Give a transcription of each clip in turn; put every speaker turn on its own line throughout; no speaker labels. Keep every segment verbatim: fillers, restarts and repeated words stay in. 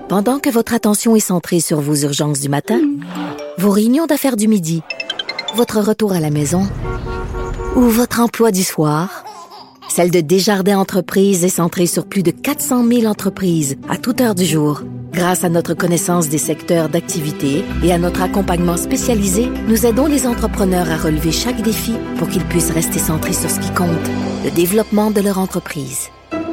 Pendant que votre attention est centrée sur vos urgences du matin, vos réunions d'affaires du midi, votre retour à la maison ou votre emploi du soir, celle de Desjardins Entreprises est centrée sur plus de quatre cent mille entreprises à toute heure du jour. Grâce à notre connaissance des secteurs d'activité et à notre accompagnement spécialisé, nous aidons les entrepreneurs à relever chaque défi pour qu'ils puissent rester centrés sur ce qui compte, le développement de leur entreprise.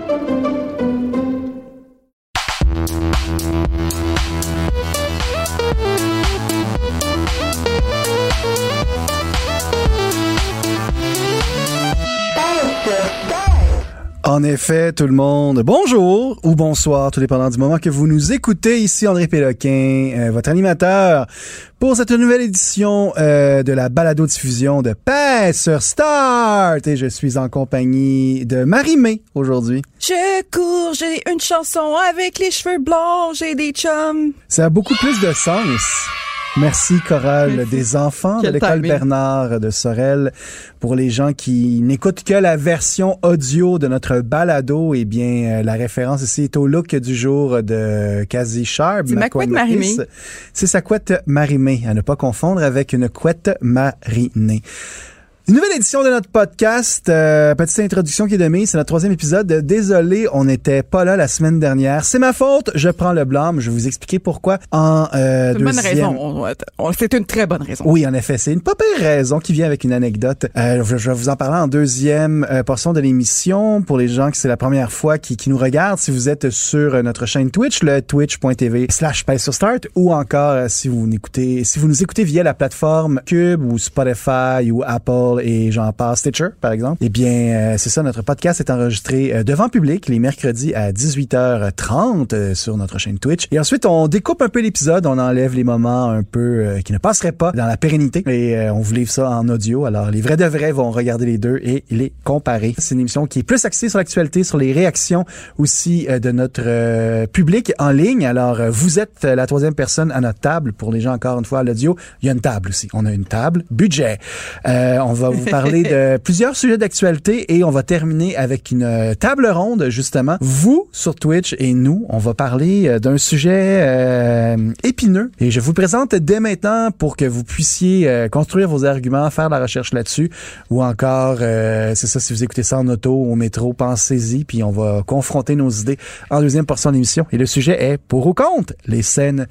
En effet, tout le monde, bonjour ou bonsoir, tout dépendant du moment que vous nous écoutez. Ici André Péloquin, euh, votre animateur pour cette nouvelle édition euh, de la balado-diffusion de Paix sur Start. Et je suis en compagnie de Marie-Mé aujourd'hui.
Je cours, j'ai une chanson avec les cheveux blonds, j'ai des chums.
Ça a beaucoup plus de sens. Merci, chorale Merci. Des enfants Quel de l'école timing. Bernard de Sorel. Pour les gens qui n'écoutent que la version audio de notre balado, eh bien, la référence ici est au look du jour de Casey Sharp.
C'est ma couette marinée.
C'est sa couette marinée, à ne pas confondre avec une couette marinée. Une nouvelle édition de notre podcast. Euh, petite introduction qui est de mise. C'est notre troisième épisode. Désolé, on n'était pas là la semaine dernière. C'est ma faute. Je prends le blâme. Je vais vous expliquer pourquoi. En euh,
c'est une
deuxième...
bonne raison. On, on, c'est une très bonne raison.
Oui, en effet. C'est une pas pire raison qui vient avec une anecdote. Euh, je, je vais vous en parler en deuxième euh, portion de l'émission. Pour les gens que c'est la première fois qui, qui nous regardent, si vous êtes sur notre chaîne Twitch, le twitch.tv slash Paix sur Start, ou encore euh, si vous n'écoutez, si vous nous écoutez via la plateforme Cube ou Spotify ou Apple et j'en passe, Stitcher, par exemple. Eh bien, euh, c'est ça, notre podcast est enregistré euh, devant public les mercredis à dix-huit heures trente euh, sur notre chaîne Twitch. Et ensuite, on découpe un peu l'épisode, on enlève les moments un peu euh, qui ne passeraient pas dans la pérennité et euh, on vous livre ça en audio. Alors, les vrais de vrais vont regarder les deux et les comparer. C'est une émission qui est plus axée sur l'actualité, sur les réactions aussi euh, de notre euh, public en ligne. Alors, euh, vous êtes la troisième personne à notre table. Pour les gens, encore une fois, à l'audio, il y a une table aussi. On a une table. Budget. Euh, on va vous parler de plusieurs sujets d'actualité et on va terminer avec une table ronde, justement. Vous, sur Twitch, et nous, on va parler d'un sujet euh, épineux. Et je vous le présente dès maintenant pour que vous puissiez euh, construire vos arguments, faire de la recherche là-dessus. Ou encore, euh, c'est ça, si vous écoutez ça en auto, au métro, pensez-y, puis on va confronter nos idées en deuxième portion de l'émission. Et le sujet est, pour ou contre, les scènes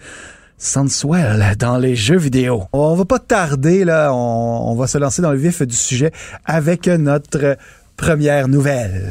sensuel dans les jeux vidéo. On va pas tarder, là, on, on va se lancer dans le vif du sujet avec notre première nouvelle.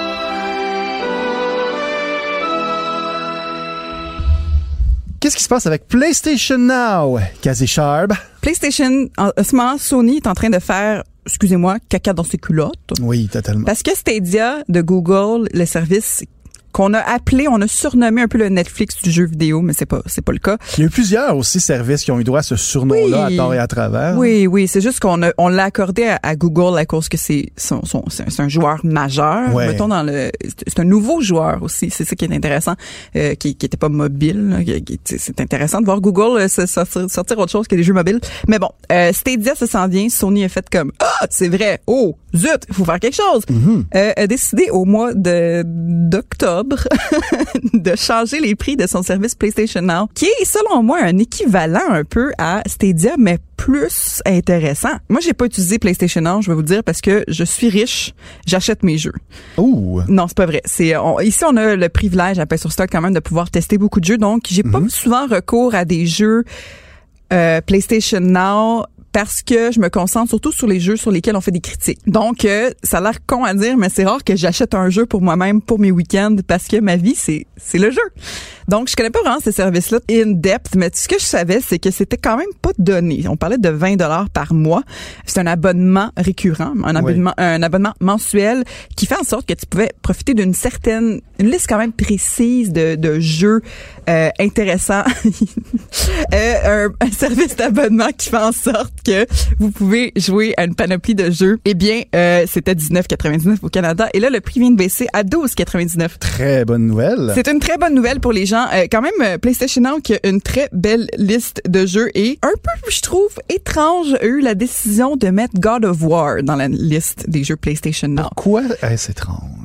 Qu'est-ce qui se passe avec PlayStation Now, Casey Sharp?
PlayStation, en ce moment, Sony est en train de faire, excusez-moi, caca dans ses culottes.
Oui, totalement.
Parce que Stadia de Google, le service qu'on a appelé, on a surnommé un peu le Netflix du jeu vidéo, mais c'est pas, c'est pas le cas.
Il y a eu plusieurs aussi services qui ont eu droit à ce surnom-là oui. à tort et à travers.
Oui, oui, c'est juste qu'on a, on l'a accordé à, à Google à cause que c'est, son, son, c'est, un, c'est un joueur majeur. Ouais. Mettons dans le, c'est un nouveau joueur aussi, c'est ça qui est intéressant, euh, qui, qui était pas mobile. Là, qui, qui, c'est intéressant de voir Google euh, sortir, sortir autre chose que les jeux mobiles. Mais bon, euh, Stadia, ça s'en vient. Sony a fait comme, ah, c'est vrai. Oh, zut, il faut faire quelque chose. Mm-hmm. Euh, a décidé au mois de d'octobre de changer les prix de son service PlayStation Now, qui est selon moi un équivalent un peu à Stadia, mais plus intéressant. Moi, j'ai pas utilisé PlayStation Now, je vais vous dire, parce que je suis riche, j'achète mes jeux.
Ouh.
Non, c'est pas vrai. C'est on, ici on a le privilège à Paix sur Start quand même de pouvoir tester beaucoup de jeux, donc j'ai mm-hmm. pas souvent recours à des jeux euh, PlayStation Now. Parce que je me concentre surtout sur les jeux sur lesquels on fait des critiques. Donc, euh, ça a l'air con à dire, mais c'est rare que j'achète un jeu pour moi-même, pour mes week-ends, parce que ma vie, c'est c'est le jeu. Donc, je connais pas vraiment ces services-là in-depth, mais ce que je savais, c'est que c'était quand même pas donné. On parlait de vingt dollars par mois. C'est un abonnement récurrent, un abonnement, oui. un abonnement mensuel qui fait en sorte que tu pouvais profiter d'une certaine, une liste quand même précise de, de jeux euh, intéressants. euh, un, un service d'abonnement qui fait en sorte que vous pouvez jouer à une panoplie de jeux. Eh bien, euh, c'était dix-neuf quatre-vingt-dix-neuf au Canada. Et là, le prix vient de baisser à douze quatre-vingt-dix-neuf.
Très bonne nouvelle.
C'est une très bonne nouvelle pour les gens. Euh, quand même, euh, PlayStation Now qui a une très belle liste de jeux et un peu, je trouve, étrange, a eu la décision de mettre God of War dans la liste des jeux PlayStation Now.
Pourquoi est-ce étrange?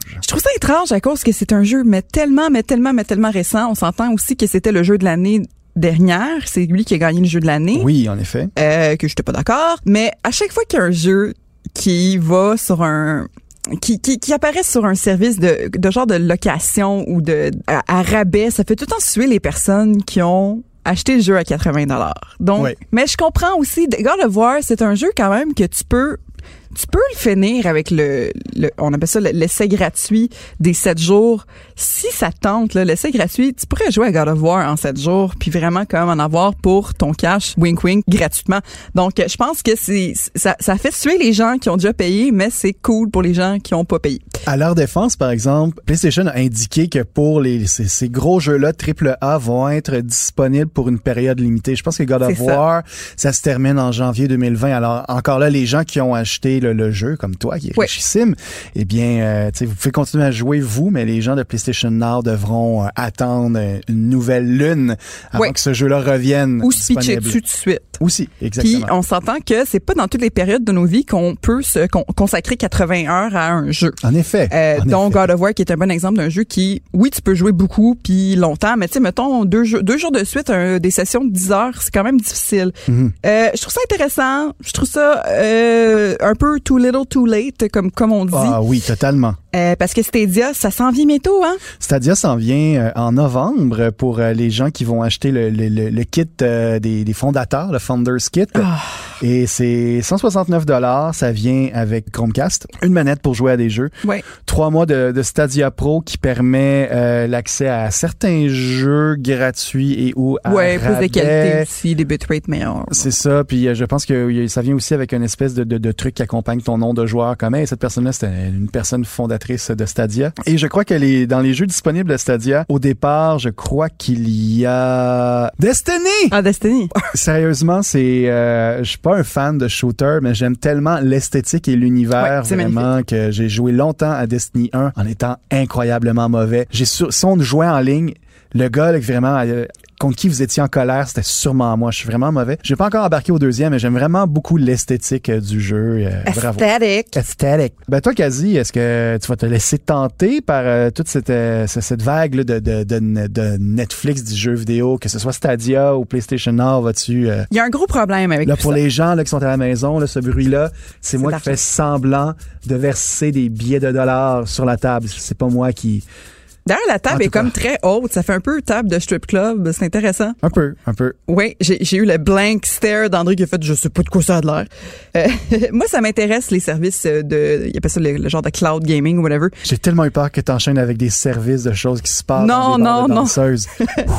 Je trouve ça étrange à cause que c'est un jeu mais tellement, mais tellement, mais tellement récent. On s'entend aussi que c'était le jeu de l'année dernière. C'est lui qui a gagné le jeu de l'année.
Oui, en effet.
Euh, que j'étais pas d'accord. Mais à chaque fois qu'il y a un jeu qui va sur un... Qui, qui, qui apparaît sur un service de, de genre de location ou de à, à rabais, ça fait tout le temps suer les personnes qui ont acheté le jeu à quatre-vingts dollars. Donc,
oui.
Mais je comprends aussi, God of War, c'est un jeu quand même que tu peux tu peux le finir avec le, le on appelle ça l'essai gratuit des sept jours. Si ça te tente, là, l'essai gratuit, tu pourrais jouer à God of War en sept jours puis vraiment quand même en avoir pour ton cash, wink wink, gratuitement. Donc, je pense que c'est ça, ça fait suer les gens qui ont déjà payé, mais c'est cool pour les gens qui ont pas payé.
À leur défense, par exemple, PlayStation a indiqué que pour les ces, ces gros jeux-là, triple A vont être disponibles pour une période limitée. Je pense que God of War, ça. ça se termine en janvier deux mille vingt. Alors, encore là, les gens qui ont acheté le, le jeu, comme toi, qui est
oui.
richissime, eh bien, euh, tu sais, vous pouvez continuer à jouer, vous, mais les gens de PlayStation Now devront euh, attendre une nouvelle lune avant oui. que ce jeu-là revienne.
Ou se pitcher dessus tout de suite.
Aussi, exactement.
Puis, on s'entend que c'est pas dans toutes les périodes de nos vies qu'on peut se con- consacrer quatre-vingts heures à un jeu.
En effet.
Euh,
en
donc,
effet.
God of War, qui est un bon exemple d'un jeu qui, oui, tu peux jouer beaucoup puis longtemps, mais tu sais, mettons, deux, jeux, deux jours de suite, un, des sessions de dix heures, c'est quand même difficile. Mm-hmm. Euh, je trouve ça intéressant. Je trouve ça euh, un peu too little, too late, comme, comme on dit.
Ah oui, totalement.
Euh, parce que Stadia, ça s'en vient bientôt, hein?
Stadia s'en vient euh, en novembre pour euh, les gens qui vont acheter le, le, le, le kit euh, des, des fondateurs, le Founders Kit. Oh. Et c'est cent soixante-neuf dollars. Ça vient avec Chromecast, une manette pour jouer à des jeux,
ouais.
trois mois de, de Stadia Pro qui permet euh, l'accès à certains jeux gratuits et ou à
ouais,
rabais.
Plus de qualité aussi, des bitrates meilleurs.
C'est ça. Puis euh, je pense que ça vient aussi avec une espèce de, de, de truc qui accompagne ton nom de joueur. Comme hey, cette personne-là, c'était une personne fondatrice de Stadia. Et je crois que les, dans les jeux disponibles de Stadia, au départ, je crois qu'il y a Destiny!
Ah, Destiny!
Sérieusement, c'est... Euh, je suis pas un fan de shooter, mais j'aime tellement l'esthétique et l'univers
ouais,
vraiment
magnifique.
Que j'ai joué longtemps à Destiny un en étant incroyablement mauvais. J'ai sur, si on jouait en ligne, le gars, là, vraiment... Euh, contre qui vous étiez en colère, c'était sûrement moi. Je suis vraiment mauvais. J'ai pas encore embarqué au deuxième, mais j'aime vraiment beaucoup l'esthétique euh, du jeu. Euh,
Aesthetic.
Aesthetic. Ben toi, Kazi, est-ce que tu vas te laisser tenter par euh, toute cette, euh, cette vague là, de, de, de, de Netflix du jeu vidéo, que ce soit Stadia ou PlayStation Now, vas-tu... Euh,
Il y a un gros problème avec
là,
tout
pour
ça.
les gens là, qui sont à la maison, là, ce bruit-là, c'est, c'est moi qui fais semblant de verser des billets de dollars sur la table. C'est pas moi qui...
D'ailleurs, la table est comme très haute. Ça fait un peu table de strip club. C'est intéressant.
Un peu, un peu.
Oui, j'ai, j'ai eu le blank stare d'André qui a fait « Je sais pas de quoi ça a de l'air euh, ». Moi, ça m'intéresse, les services de... Il appelle ça le, le genre de cloud gaming ou whatever.
J'ai tellement eu peur que t'enchaînes avec des services de choses qui se passent
non,
dans des
non,
bars de
non.
danseuses.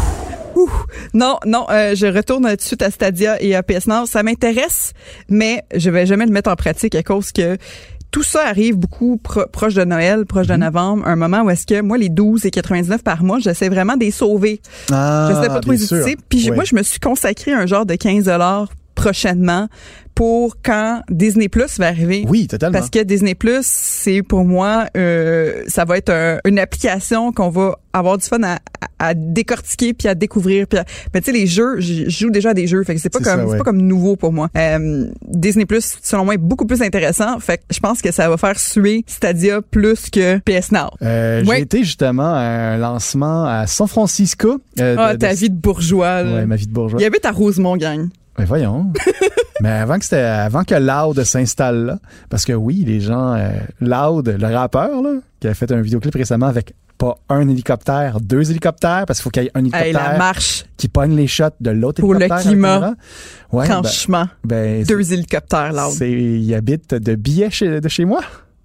Ouh. Non, non, euh, je retourne tout de suite à Stadia et à P S Now. Ça m'intéresse, mais je vais jamais le mettre en pratique à cause que tout ça arrive beaucoup pro- proche de Noël, proche de mmh. novembre, un moment où est-ce que moi, les douze et quatre-vingt-dix-neuf par mois, j'essaie vraiment de les sauver.
Ah,
je sais pas trop les utiliser. Puis oui. moi, je me suis consacré un genre de quinze dollars prochainement pour quand Disney Plus va arriver.
Oui, totalement.
Parce que Disney Plus, c'est pour moi, euh, ça va être un, une application qu'on va avoir du fun à, à décortiquer puis à découvrir. Puis à, mais tu sais, les jeux, je joue déjà à des jeux, fait que c'est pas
c'est
comme
ça, ouais.
c'est pas comme nouveau pour moi. Euh, Disney Plus, selon moi, est beaucoup plus intéressant. Fait que je pense que ça va faire suer Stadia plus que P S Now.
Euh,
ouais.
J'ai été justement à un lancement à San Francisco.
Euh, ah,
de,
ta
de...
vie de bourgeois. Là.
Ouais, ma vie de bourgeois.
Il habite à Rosemont, gang.
Mais voyons. Mais avant que c'était, avant que Loud s'installe là, parce que oui, les gens, euh, Loud, le rappeur là, qui a fait un vidéoclip récemment avec pas un hélicoptère, deux hélicoptères, parce qu'il faut qu'il y ait un hélicoptère
hey, la marche
qui pogne les shots de l'autre
pour
hélicoptère.
Pour le climat.
Ouais,
franchement,
ben, ben,
deux hélicoptères Loud.
C'est, il habite de billets chez, de chez moi.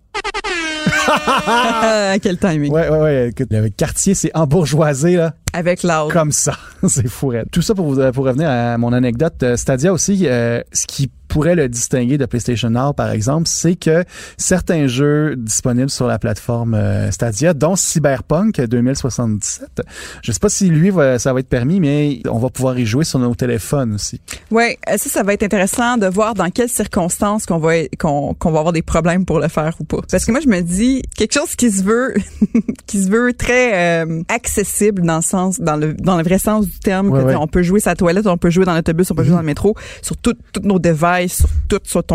Quel timing.
Ouais, ouais, ouais. Écoute, le quartier s'est embourgeoisé, là.
Avec Loud.
Comme ça. C'est fou. Tout ça pour, pour revenir à mon anecdote. Stadia aussi, euh, ce qui pourrait le distinguer de PlayStation Now, par exemple, c'est que certains jeux disponibles sur la plateforme euh, Stadia, dont Cyberpunk deux mille soixante-dix-sept, je sais pas si lui, va, ça va être permis, mais on va pouvoir y jouer sur nos téléphones aussi.
Oui, ça, ça va être intéressant de voir dans quelles circonstances qu'on va, qu'on, qu'on va avoir des problèmes pour le faire ou pas. Parce que moi, je me dis, quelque chose qui se veut, qui se veut très euh, accessible dans le sens, dans le, dans le vrai sens du terme,
ouais,
que
ouais.
on peut jouer sa toilette, on peut jouer dans l'autobus, on peut mmh. jouer dans le métro, sur toutes nos devices, sur tout, sur ton laptop,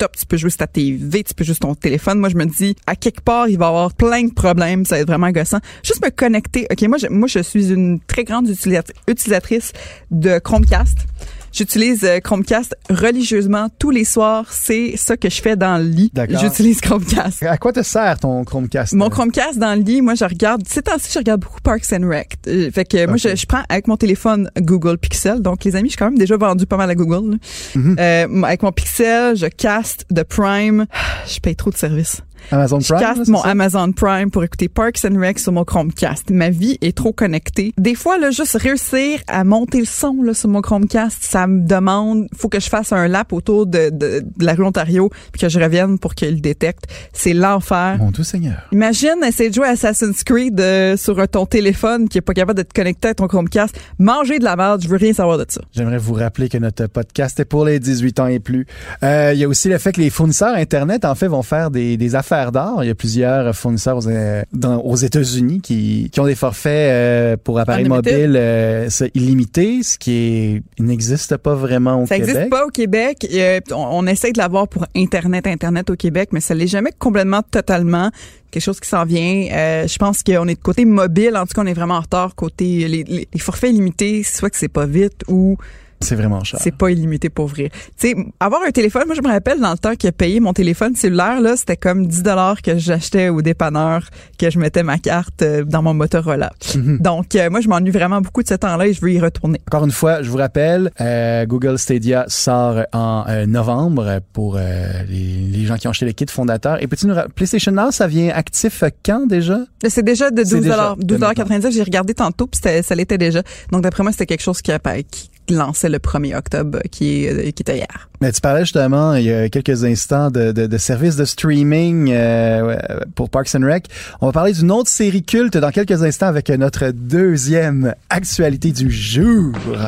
laptop, tu peux jouer sur ta T V, tu peux jouer sur ton téléphone. Moi, je me dis, à quelque part, il va y avoir plein de problèmes, ça va être vraiment gossant. Juste me connecter. OK, moi, je, moi, je suis une très grande utilisatrice de Chromecast. J'utilise Chromecast religieusement tous les soirs. C'est ça que je fais dans le lit.
D'accord.
J'utilise Chromecast.
À quoi te sert ton Chromecast?
Mon Chromecast dans le lit, moi, je regarde... Ces temps-ci, je regarde beaucoup Parks and Rec. Euh, fait que moi, okay. je, je prends avec mon téléphone Google Pixel. Donc, les amis, je suis quand même déjà vendu pas mal à Google. Mm-hmm. Euh, avec mon Pixel, je caste de Prime. Je paye trop de services.
Amazon Prime,
je caste mon ça? Amazon Prime pour écouter Parks and Rec sur mon Chromecast. Ma vie est trop connectée. Des fois, là, juste réussir à monter le son là, sur mon Chromecast, ça me demande, faut que je fasse un lap autour de, de, de la rue Ontario puis que je revienne pour qu'il le détecte. C'est l'enfer.
Mon Dieu Seigneur.
Imagine essayer de jouer à Assassin's Creed euh, sur ton téléphone qui est pas capable de te connecter à ton Chromecast. Manger de la merde, je veux rien savoir de ça.
J'aimerais vous rappeler que notre podcast est pour les dix-huit ans et plus. Euh, il y a aussi le fait que les fournisseurs Internet, en fait, vont faire des, des affaires d'or. Il y a plusieurs fournisseurs aux, dans, aux États-Unis qui, qui ont des forfaits euh, pour appareils mobiles euh, illimités, ce qui est, n'existe pas vraiment au
ça
Québec.
Ça n'existe pas au Québec. Euh, on, on essaie de l'avoir pour Internet, Internet au Québec, mais ça l'est jamais complètement, totalement. Quelque chose qui s'en vient. Euh, je pense qu'on est de côté mobile. En tout cas, on est vraiment en retard côté les, les, les forfaits illimités, soit que c'est pas vite ou
c'est vraiment cher.
C'est pas illimité pour vrai. Tu sais, avoir un téléphone, moi je me rappelle dans le temps que payer mon téléphone cellulaire là, c'était comme dix dollars que j'achetais au dépanneur, que je mettais ma carte euh, dans mon Motorola. Mm-hmm. Donc euh, moi je m'ennuie vraiment beaucoup de ce temps-là et je veux y retourner.
Encore une fois, je vous rappelle, euh, Google Stadia sort en euh, novembre pour euh, les, les gens qui ont acheté le kit fondateur. Et peux-tu nous rappeler, PlayStation Now, ça vient actif quand déjà?
C'est déjà de douze dollars, douze dollars quatre-vingt-dix. J'ai regardé tantôt puis ça l'était déjà. Donc d'après moi c'était quelque chose qui a qui lançait le premier octobre, qui, est, qui était hier.
Mais tu parlais justement, il y a quelques instants, de, de, de services de streaming euh, pour Parks and Rec. On va parler d'une autre série culte dans quelques instants avec notre deuxième actualité du jour.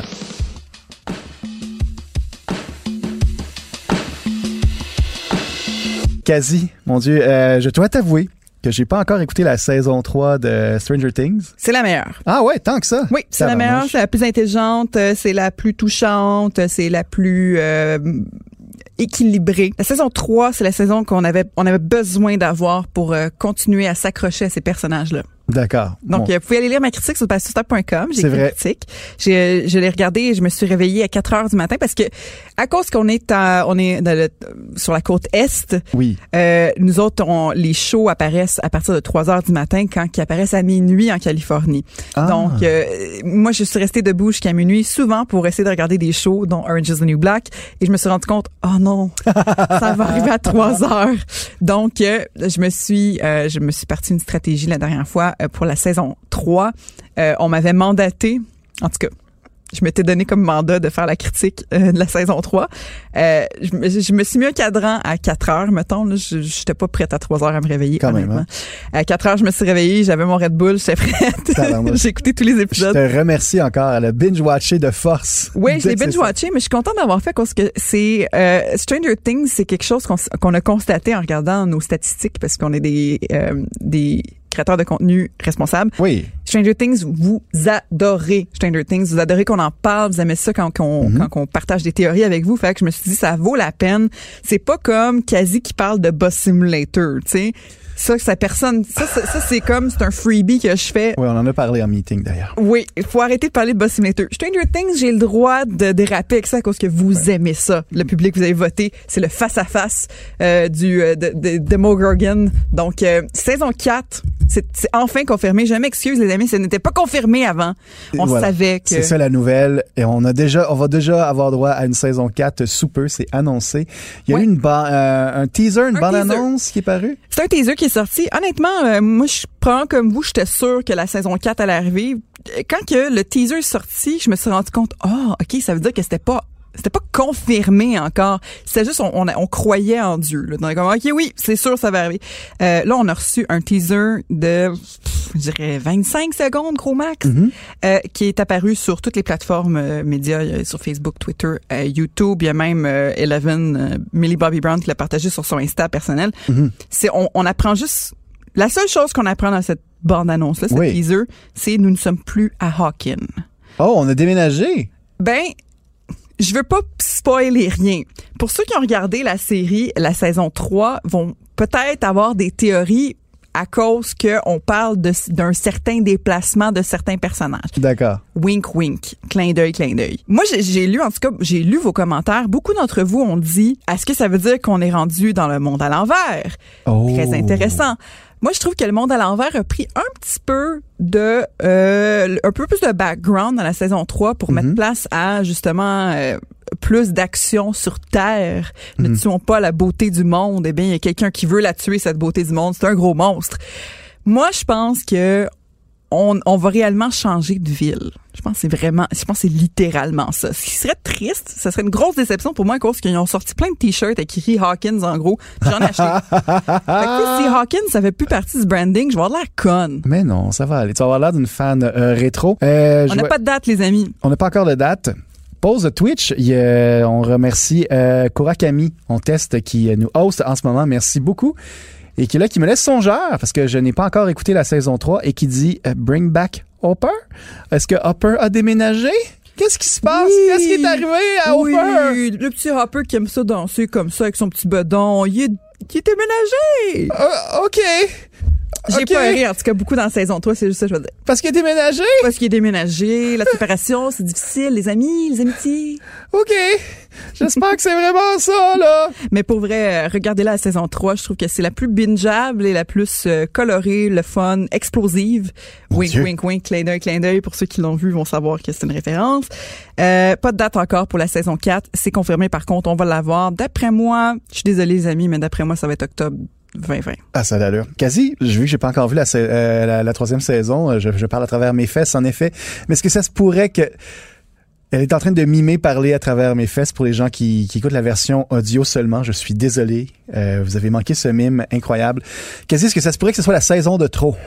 Quasi, mon Dieu, euh, je dois t'avouer que j'ai pas encore écouté la saison trois de Stranger Things.
C'est la meilleure.
Ah ouais, tant que ça?
Oui, c'est ça la meilleure, c'est la plus intelligente, c'est la plus touchante, c'est la plus euh, équilibrée. La saison trois, c'est la saison qu'on avait on avait besoin d'avoir pour euh, continuer à s'accrocher à ces personnages-là.
D'accord.
Donc,
bon.
vous pouvez aller lire ma critique sur pasteur point com. J'ai
c'est
écrit
vrai.
une critique. J'ai, je l'ai regardée et je me suis réveillée à quatre heures du matin parce que, à cause qu'on est à, on est dans le, sur la côte Est.
Oui.
Euh, nous autres, on, les shows apparaissent à partir de trois heures du matin quand ils apparaissent à minuit en Californie. Ah. Donc, euh, moi, je suis restée debout jusqu'à minuit, souvent pour essayer de regarder des shows, dont Orange is the New Black. Et je me suis rendu compte, oh non, ça va arriver à trois heures. Donc, euh, je me suis, euh, je me suis partie une stratégie la dernière fois pour la saison trois. Euh, on m'avait mandaté, en tout cas, je m'étais donné comme mandat de faire la critique euh, de la saison trois. Euh, je, me, je me suis mis un cadran à quatre heures, mettons. Là, je n'étais pas prête à trois heures à me réveiller,
quand
honnêtement.
Même, hein?
À quatre heures, je me suis réveillée, j'avais mon Red Bull, j'étais prête. J'ai écouté tous les épisodes.
Je te remercie encore. Elle a binge-watché de force.
Oui, je l'ai binge-watché, mais je suis contente d'avoir fait parce que c'est... Euh, Stranger Things, c'est quelque chose qu'on, qu'on a constaté en regardant nos statistiques parce qu'on est des... Euh, des créateurs de contenu responsables.
Oui.
Stranger Things, vous adorez Stranger Things, vous adorez qu'on en parle, vous aimez ça quand on, mm-hmm. quand on partage des théories avec vous. Fait que je me suis dit, ça vaut la peine. C'est pas comme Quasi qui parle de Bus Simulator, tu sais. Ça, ça personne, ça, ça, ça c'est comme, c'est un freebie que je fais.
Oui, on en a parlé en meeting d'ailleurs.
Oui, il faut arrêter de parler de Bus Simulator. Stranger Things, j'ai le droit de déraper avec ça à cause que vous ouais. aimez ça. Le public, vous avez voté, c'est le face-à-face euh, du euh, de, de, de Demogorgon. Donc, euh, saison quatre, c'est, c'est enfin confirmé. Je m'excuse, les amis, ça n'était pas confirmé avant. On voilà. savait que...
C'est ça la nouvelle. Et on a déjà, on va déjà avoir droit à une saison quatre sous peu, c'est annoncé. Il y a ouais. eu une ba- euh, un teaser, une un bande-annonce teaser. qui est parue.
C'est un teaser qui est sorti. Honnêtement, euh, moi, je prends comme vous, j'étais sûre que la saison quatre allait arriver. Quand que le teaser est sorti, je me suis rendu compte, ah, oh, OK, ça veut dire que c'était pas c'était pas confirmé encore. C'était juste, on, on, on croyait en Dieu. Là. Donc, comme, OK, oui, c'est sûr, ça va arriver. Euh, là, on a reçu un teaser de, pff, je dirais, vingt-cinq secondes, gros max, mm-hmm. euh, qui est apparu sur toutes les plateformes euh, médias, euh, sur Facebook, Twitter, euh, YouTube. Il y a même euh, Eleven, euh, Millie Bobby Brown, qui l'a partagé sur son Insta personnel. Mm-hmm. C'est, on, on apprend juste... La seule chose qu'on apprend dans cette bande-annonce-là, cette oui. teaser, c'est nous ne sommes plus à Hawkins.
Oh, on a déménagé!
Ben... je veux pas spoiler rien. Pour ceux qui ont regardé la série, la saison trois vont peut-être avoir des théories à cause qu'on parle de, d'un certain déplacement de certains personnages.
D'accord.
Wink, wink. Clin d'œil, clin d'œil. Moi, j'ai, j'ai lu, en tout cas, j'ai lu vos commentaires. Beaucoup d'entre vous ont dit, est-ce que ça veut dire qu'on est rendu dans le monde à l'envers?
Oh.
Très intéressant. Moi, je trouve que le monde à l'envers a pris un petit peu de, euh, un peu plus de background dans la saison trois pour mm-hmm. mettre place à, justement, euh, plus d'action sur Terre. Mm-hmm. Ne tuons pas la beauté du monde. Eh bien, il y a quelqu'un qui veut la tuer, cette beauté du monde. C'est un gros monstre. Moi, je pense que on, on va réellement changer de ville. Je pense que c'est vraiment, je pense que c'est littéralement ça. Ce qui serait triste, ça serait une grosse déception pour moi à cause qu'ils ont sorti plein de t-shirts avec écrit Hawkins en gros. J'en ai acheté. Fait que si Hawkins ça fait plus partie du branding, je vais avoir l'air conne.
Mais non, ça va aller. Tu vas avoir l'air d'une fan euh, rétro. Euh,
on n'a vois... pas de date, les amis.
On n'a pas encore de date. Pause de Twitch, il y a, on remercie euh, Kurakami, on teste, qui nous host en ce moment. Merci beaucoup. Et qui est là, qui me laisse songeur, parce que je n'ai pas encore écouté la saison trois, et qui dit euh, « Bring back Hopper ». Est-ce que Hopper a déménagé? Qu'est-ce qui se passe? Oui, qu'est-ce qui est arrivé à
oui,
Hopper?
Le petit Hopper qui aime ça danser comme ça avec son petit bedon, il est, il est déménagé.
Euh, OK.
J'ai
okay.
pas ri, en tout cas, beaucoup dans la saison trois, c'est juste ça que je veux dire.
Parce qu'il est déménagé?
Parce qu'il est déménagé, la séparation, c'est difficile, les amis, les amitiés.
OK. J'espère que c'est vraiment ça, là.
Mais pour vrai, regardez-la la saison trois, je trouve que c'est la plus bingeable et la plus euh, colorée, le fun, explosive. Mon wink, Dieu. wink, wink, clin d'œil, clin d'œil. Pour ceux qui l'ont vu, vont savoir que c'est une référence. Euh, pas de date encore pour la saison quatre. C'est confirmé, par contre, on va l'avoir. D'après moi, je suis désolée, les amis, mais d'après moi, ça va être octobre vingt vingt.
Ah, ça a l'allure. Quasi, j'ai vu que j'ai pas encore vu la, euh, la, la troisième saison. Je, je parle à travers mes fesses, en effet. Mais est-ce que ça se pourrait que elle est en train de mimer parler à travers mes fesses pour les gens qui, qui écoutent la version audio seulement? Je suis désolé. Euh, vous avez manqué ce mime incroyable. Quasi, est-ce que ça se pourrait que ce soit la saison de trop?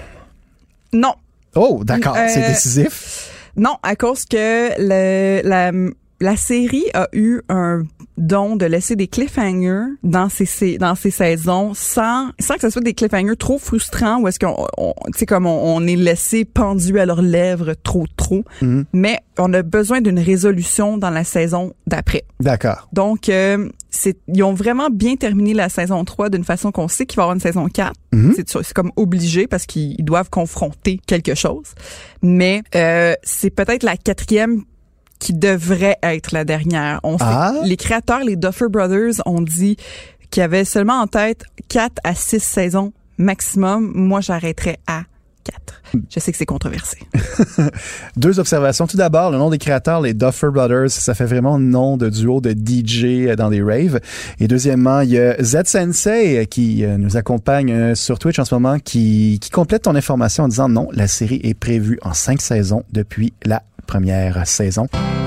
Non.
Oh, d'accord. Euh, c'est décisif.
Non, à cause que le, la, la série a eu un don de laisser des cliffhangers dans ses dans ses saisons sans sans que ce soit des cliffhangers trop frustrants ou est-ce qu'on tu sais comme on, on est laissé pendu à leurs lèvres trop trop mm-hmm. mais on a besoin d'une résolution dans la saison d'après.
D'accord.
Donc euh, c'est ils ont vraiment bien terminé la saison trois d'une façon qu'on sait qu'il va y avoir une saison quatre. Mm-hmm. C'est c'est comme obligé parce qu'ils doivent confronter quelque chose. Mais euh, c'est peut-être la quatrième qui devrait être la dernière. On ah. sait, les créateurs, les Duffer Brothers, ont dit qu'il y avait seulement en tête quatre à six saisons maximum. Moi, j'arrêterais à quatre. Je sais que c'est controversé.
Deux observations. Tout d'abord, le nom des créateurs, les Duffer Brothers, ça fait vraiment nom de duo de D J dans des raves. Et deuxièmement, il y a Z-Sensei qui nous accompagne sur Twitch en ce moment, qui, qui complète ton information en disant non, la série est prévue en cinq saisons depuis la première saison.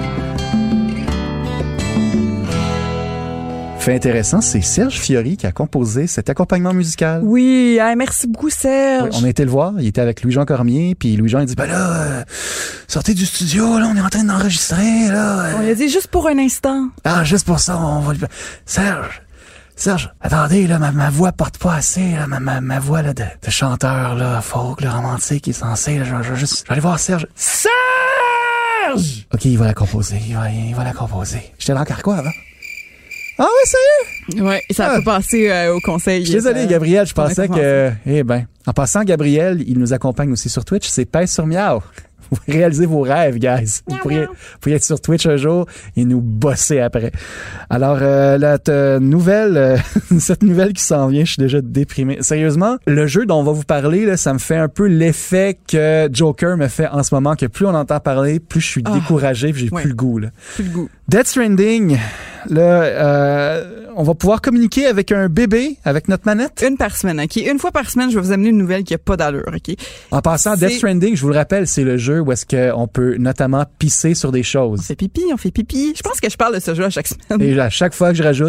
Fait intéressant, c'est Serge Fiori qui a composé cet accompagnement musical.
Oui, ah, merci beaucoup Serge.
Oui, on a été le voir, il était avec Louis-Jean Cormier, puis Louis-Jean il dit ben là, euh, sortez du studio, là, on est en train d'enregistrer là. Euh.
On lui a dit juste pour un instant.
Ah, juste pour ça, on va lui Serge. Serge, attendez, là, ma, ma voix porte pas assez, là, ma, ma, ma voix là, de, de chanteur là, folk, là, romantique, qui est censé, là, je, je, juste, je vais aller voir Serge. Serge! OK, il va la composer, il va, il va la composer. J'étais dans le carquois avant. Ah ouais, sérieux?
Ouais, ça a ah. pas passé euh, au conseil.
Je suis désolé, Gabriel, je pensais que... Eh ben, en passant, Gabriel, il nous accompagne aussi sur Twitch, c'est Pèse sur Miao. Vous réalisez vos rêves, guys. Vous pourriez, vous pourriez être sur Twitch un jour et nous bosser après. Alors, euh, la t- nouvelle, euh, cette nouvelle qui s'en vient, je suis déjà déprimé. Sérieusement, le jeu dont on va vous parler, là, ça me fait un peu l'effet que Joker me fait en ce moment, que plus on entend parler, plus je suis oh. découragé et j'ai ouais. plus le goût. Là.
Plus le goût.
Death Stranding, là, euh, on va pouvoir communiquer avec un bébé, avec notre manette.
Une par semaine, OK? Une fois par semaine, je vais vous amener une nouvelle qui a pas d'allure, OK?
En passant, c'est... Death Stranding, je vous le rappelle, c'est le jeu où est-ce qu'on peut notamment pisser sur des choses.
On fait pipi, on fait pipi. Je pense que je parle de ce jeu à chaque semaine.
Et à chaque fois que je rajoute,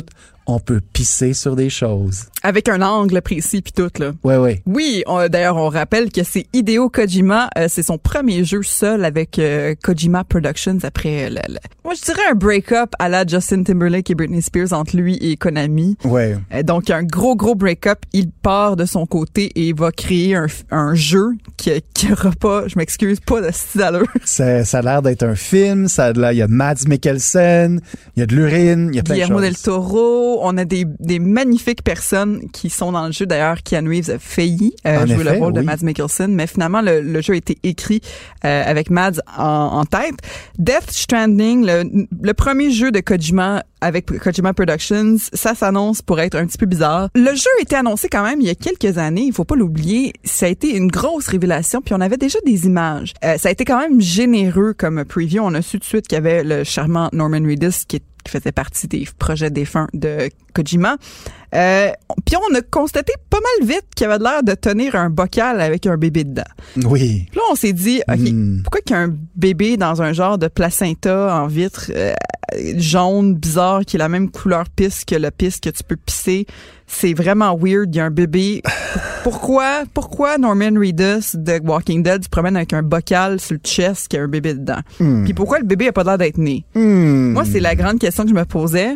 on peut pisser sur des choses.
Avec un angle précis puis tout, là.
Ouais, ouais.
Oui, on, d'ailleurs, on rappelle que c'est Hideo Kojima. Euh, c'est son premier jeu seul avec euh, Kojima Productions après, le, le, moi, je dirais un break-up à la Justin Timberlake et Britney Spears entre lui et Konami.
Ouais.
Euh, donc, un gros, gros break-up. Il part de son côté et va créer un, un jeu qui, qui aura pas, je m'excuse, pas de style allure.
Ça, ça a l'air d'être un film. Ça a de l'air, il y a Mads Mikkelsen, il y a de l'urine, il y a plein
Guillermo
de
del
choses.
Toro. On a des, des magnifiques personnes qui sont dans le jeu. D'ailleurs, Keanu Reeves a failli euh, jouer
effet,
le rôle
oui.
de Mads Mikkelsen, mais finalement, le, le jeu a été écrit euh, avec Mads en, en tête. Death Stranding, le, le premier jeu de Kojima avec Kojima Productions, ça s'annonce pour être un petit peu bizarre. Le jeu a été annoncé quand même il y a quelques années, il faut pas l'oublier. Ça a été une grosse révélation, puis on avait déjà des images. Euh, ça a été quand même généreux comme preview. On a su tout de suite qu'il y avait le charmant Norman Reedus qui est qui faisait partie des projets défunts de Kojima. Euh, puis on a constaté pas mal vite qu'il avait l'air de tenir un bocal avec un bébé dedans.
Oui.
Puis là, on s'est dit, OK,
Mm.
pourquoi qu'il y a un bébé dans un genre de placenta en vitre euh, jaune, bizarre, qui est la même couleur pisse que le pisse que tu peux pisser? C'est vraiment weird, il y a un bébé. Pourquoi, pourquoi Norman Reedus de Walking Dead se promène avec un bocal sur le chest qui a un bébé dedans?
Mm.
Puis pourquoi le bébé a pas l'air d'être né?
Mm.
Moi, c'est la grande question que je me posais.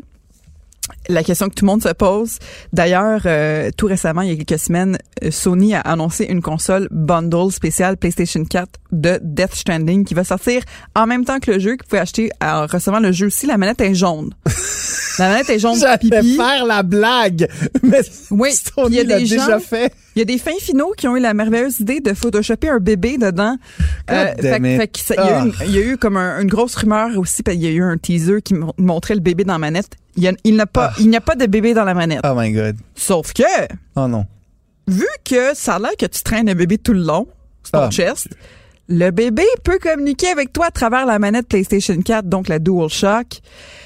La question que tout le monde se pose. D'ailleurs, euh, tout récemment, il y a quelques semaines, Sony a annoncé une console bundle spéciale PlayStation quatre de Death Stranding qui va sortir en même temps que le jeu, que vous pouvez acheter en recevant le jeu aussi. La manette est jaune. La manette est jaune
J'allais
pipi.
faire la blague, mais
Oui,
Sony
il y a
l'a
des gens-
déjà fait.
Il y a des fins finaux qui ont eu la merveilleuse idée de photoshopper un bébé dedans. Euh,
God
fait,
damn it.
fait que ça- il y a eu, une-
Ah.
il y a eu comme un- une grosse rumeur aussi, parce qu'il y a eu un teaser qui mo- montrait le bébé dans la manette. Il y a, il n'a pas,
Ah.
il n'y a pas de bébé dans la manette.
Oh my God.
Sauf que,
Oh non.
vu que ça a l'air que tu traînes le bébé tout le long, sur ton
Ah,
chest, le bébé peut communiquer avec toi à travers la manette PlayStation quatre, donc la DualShock.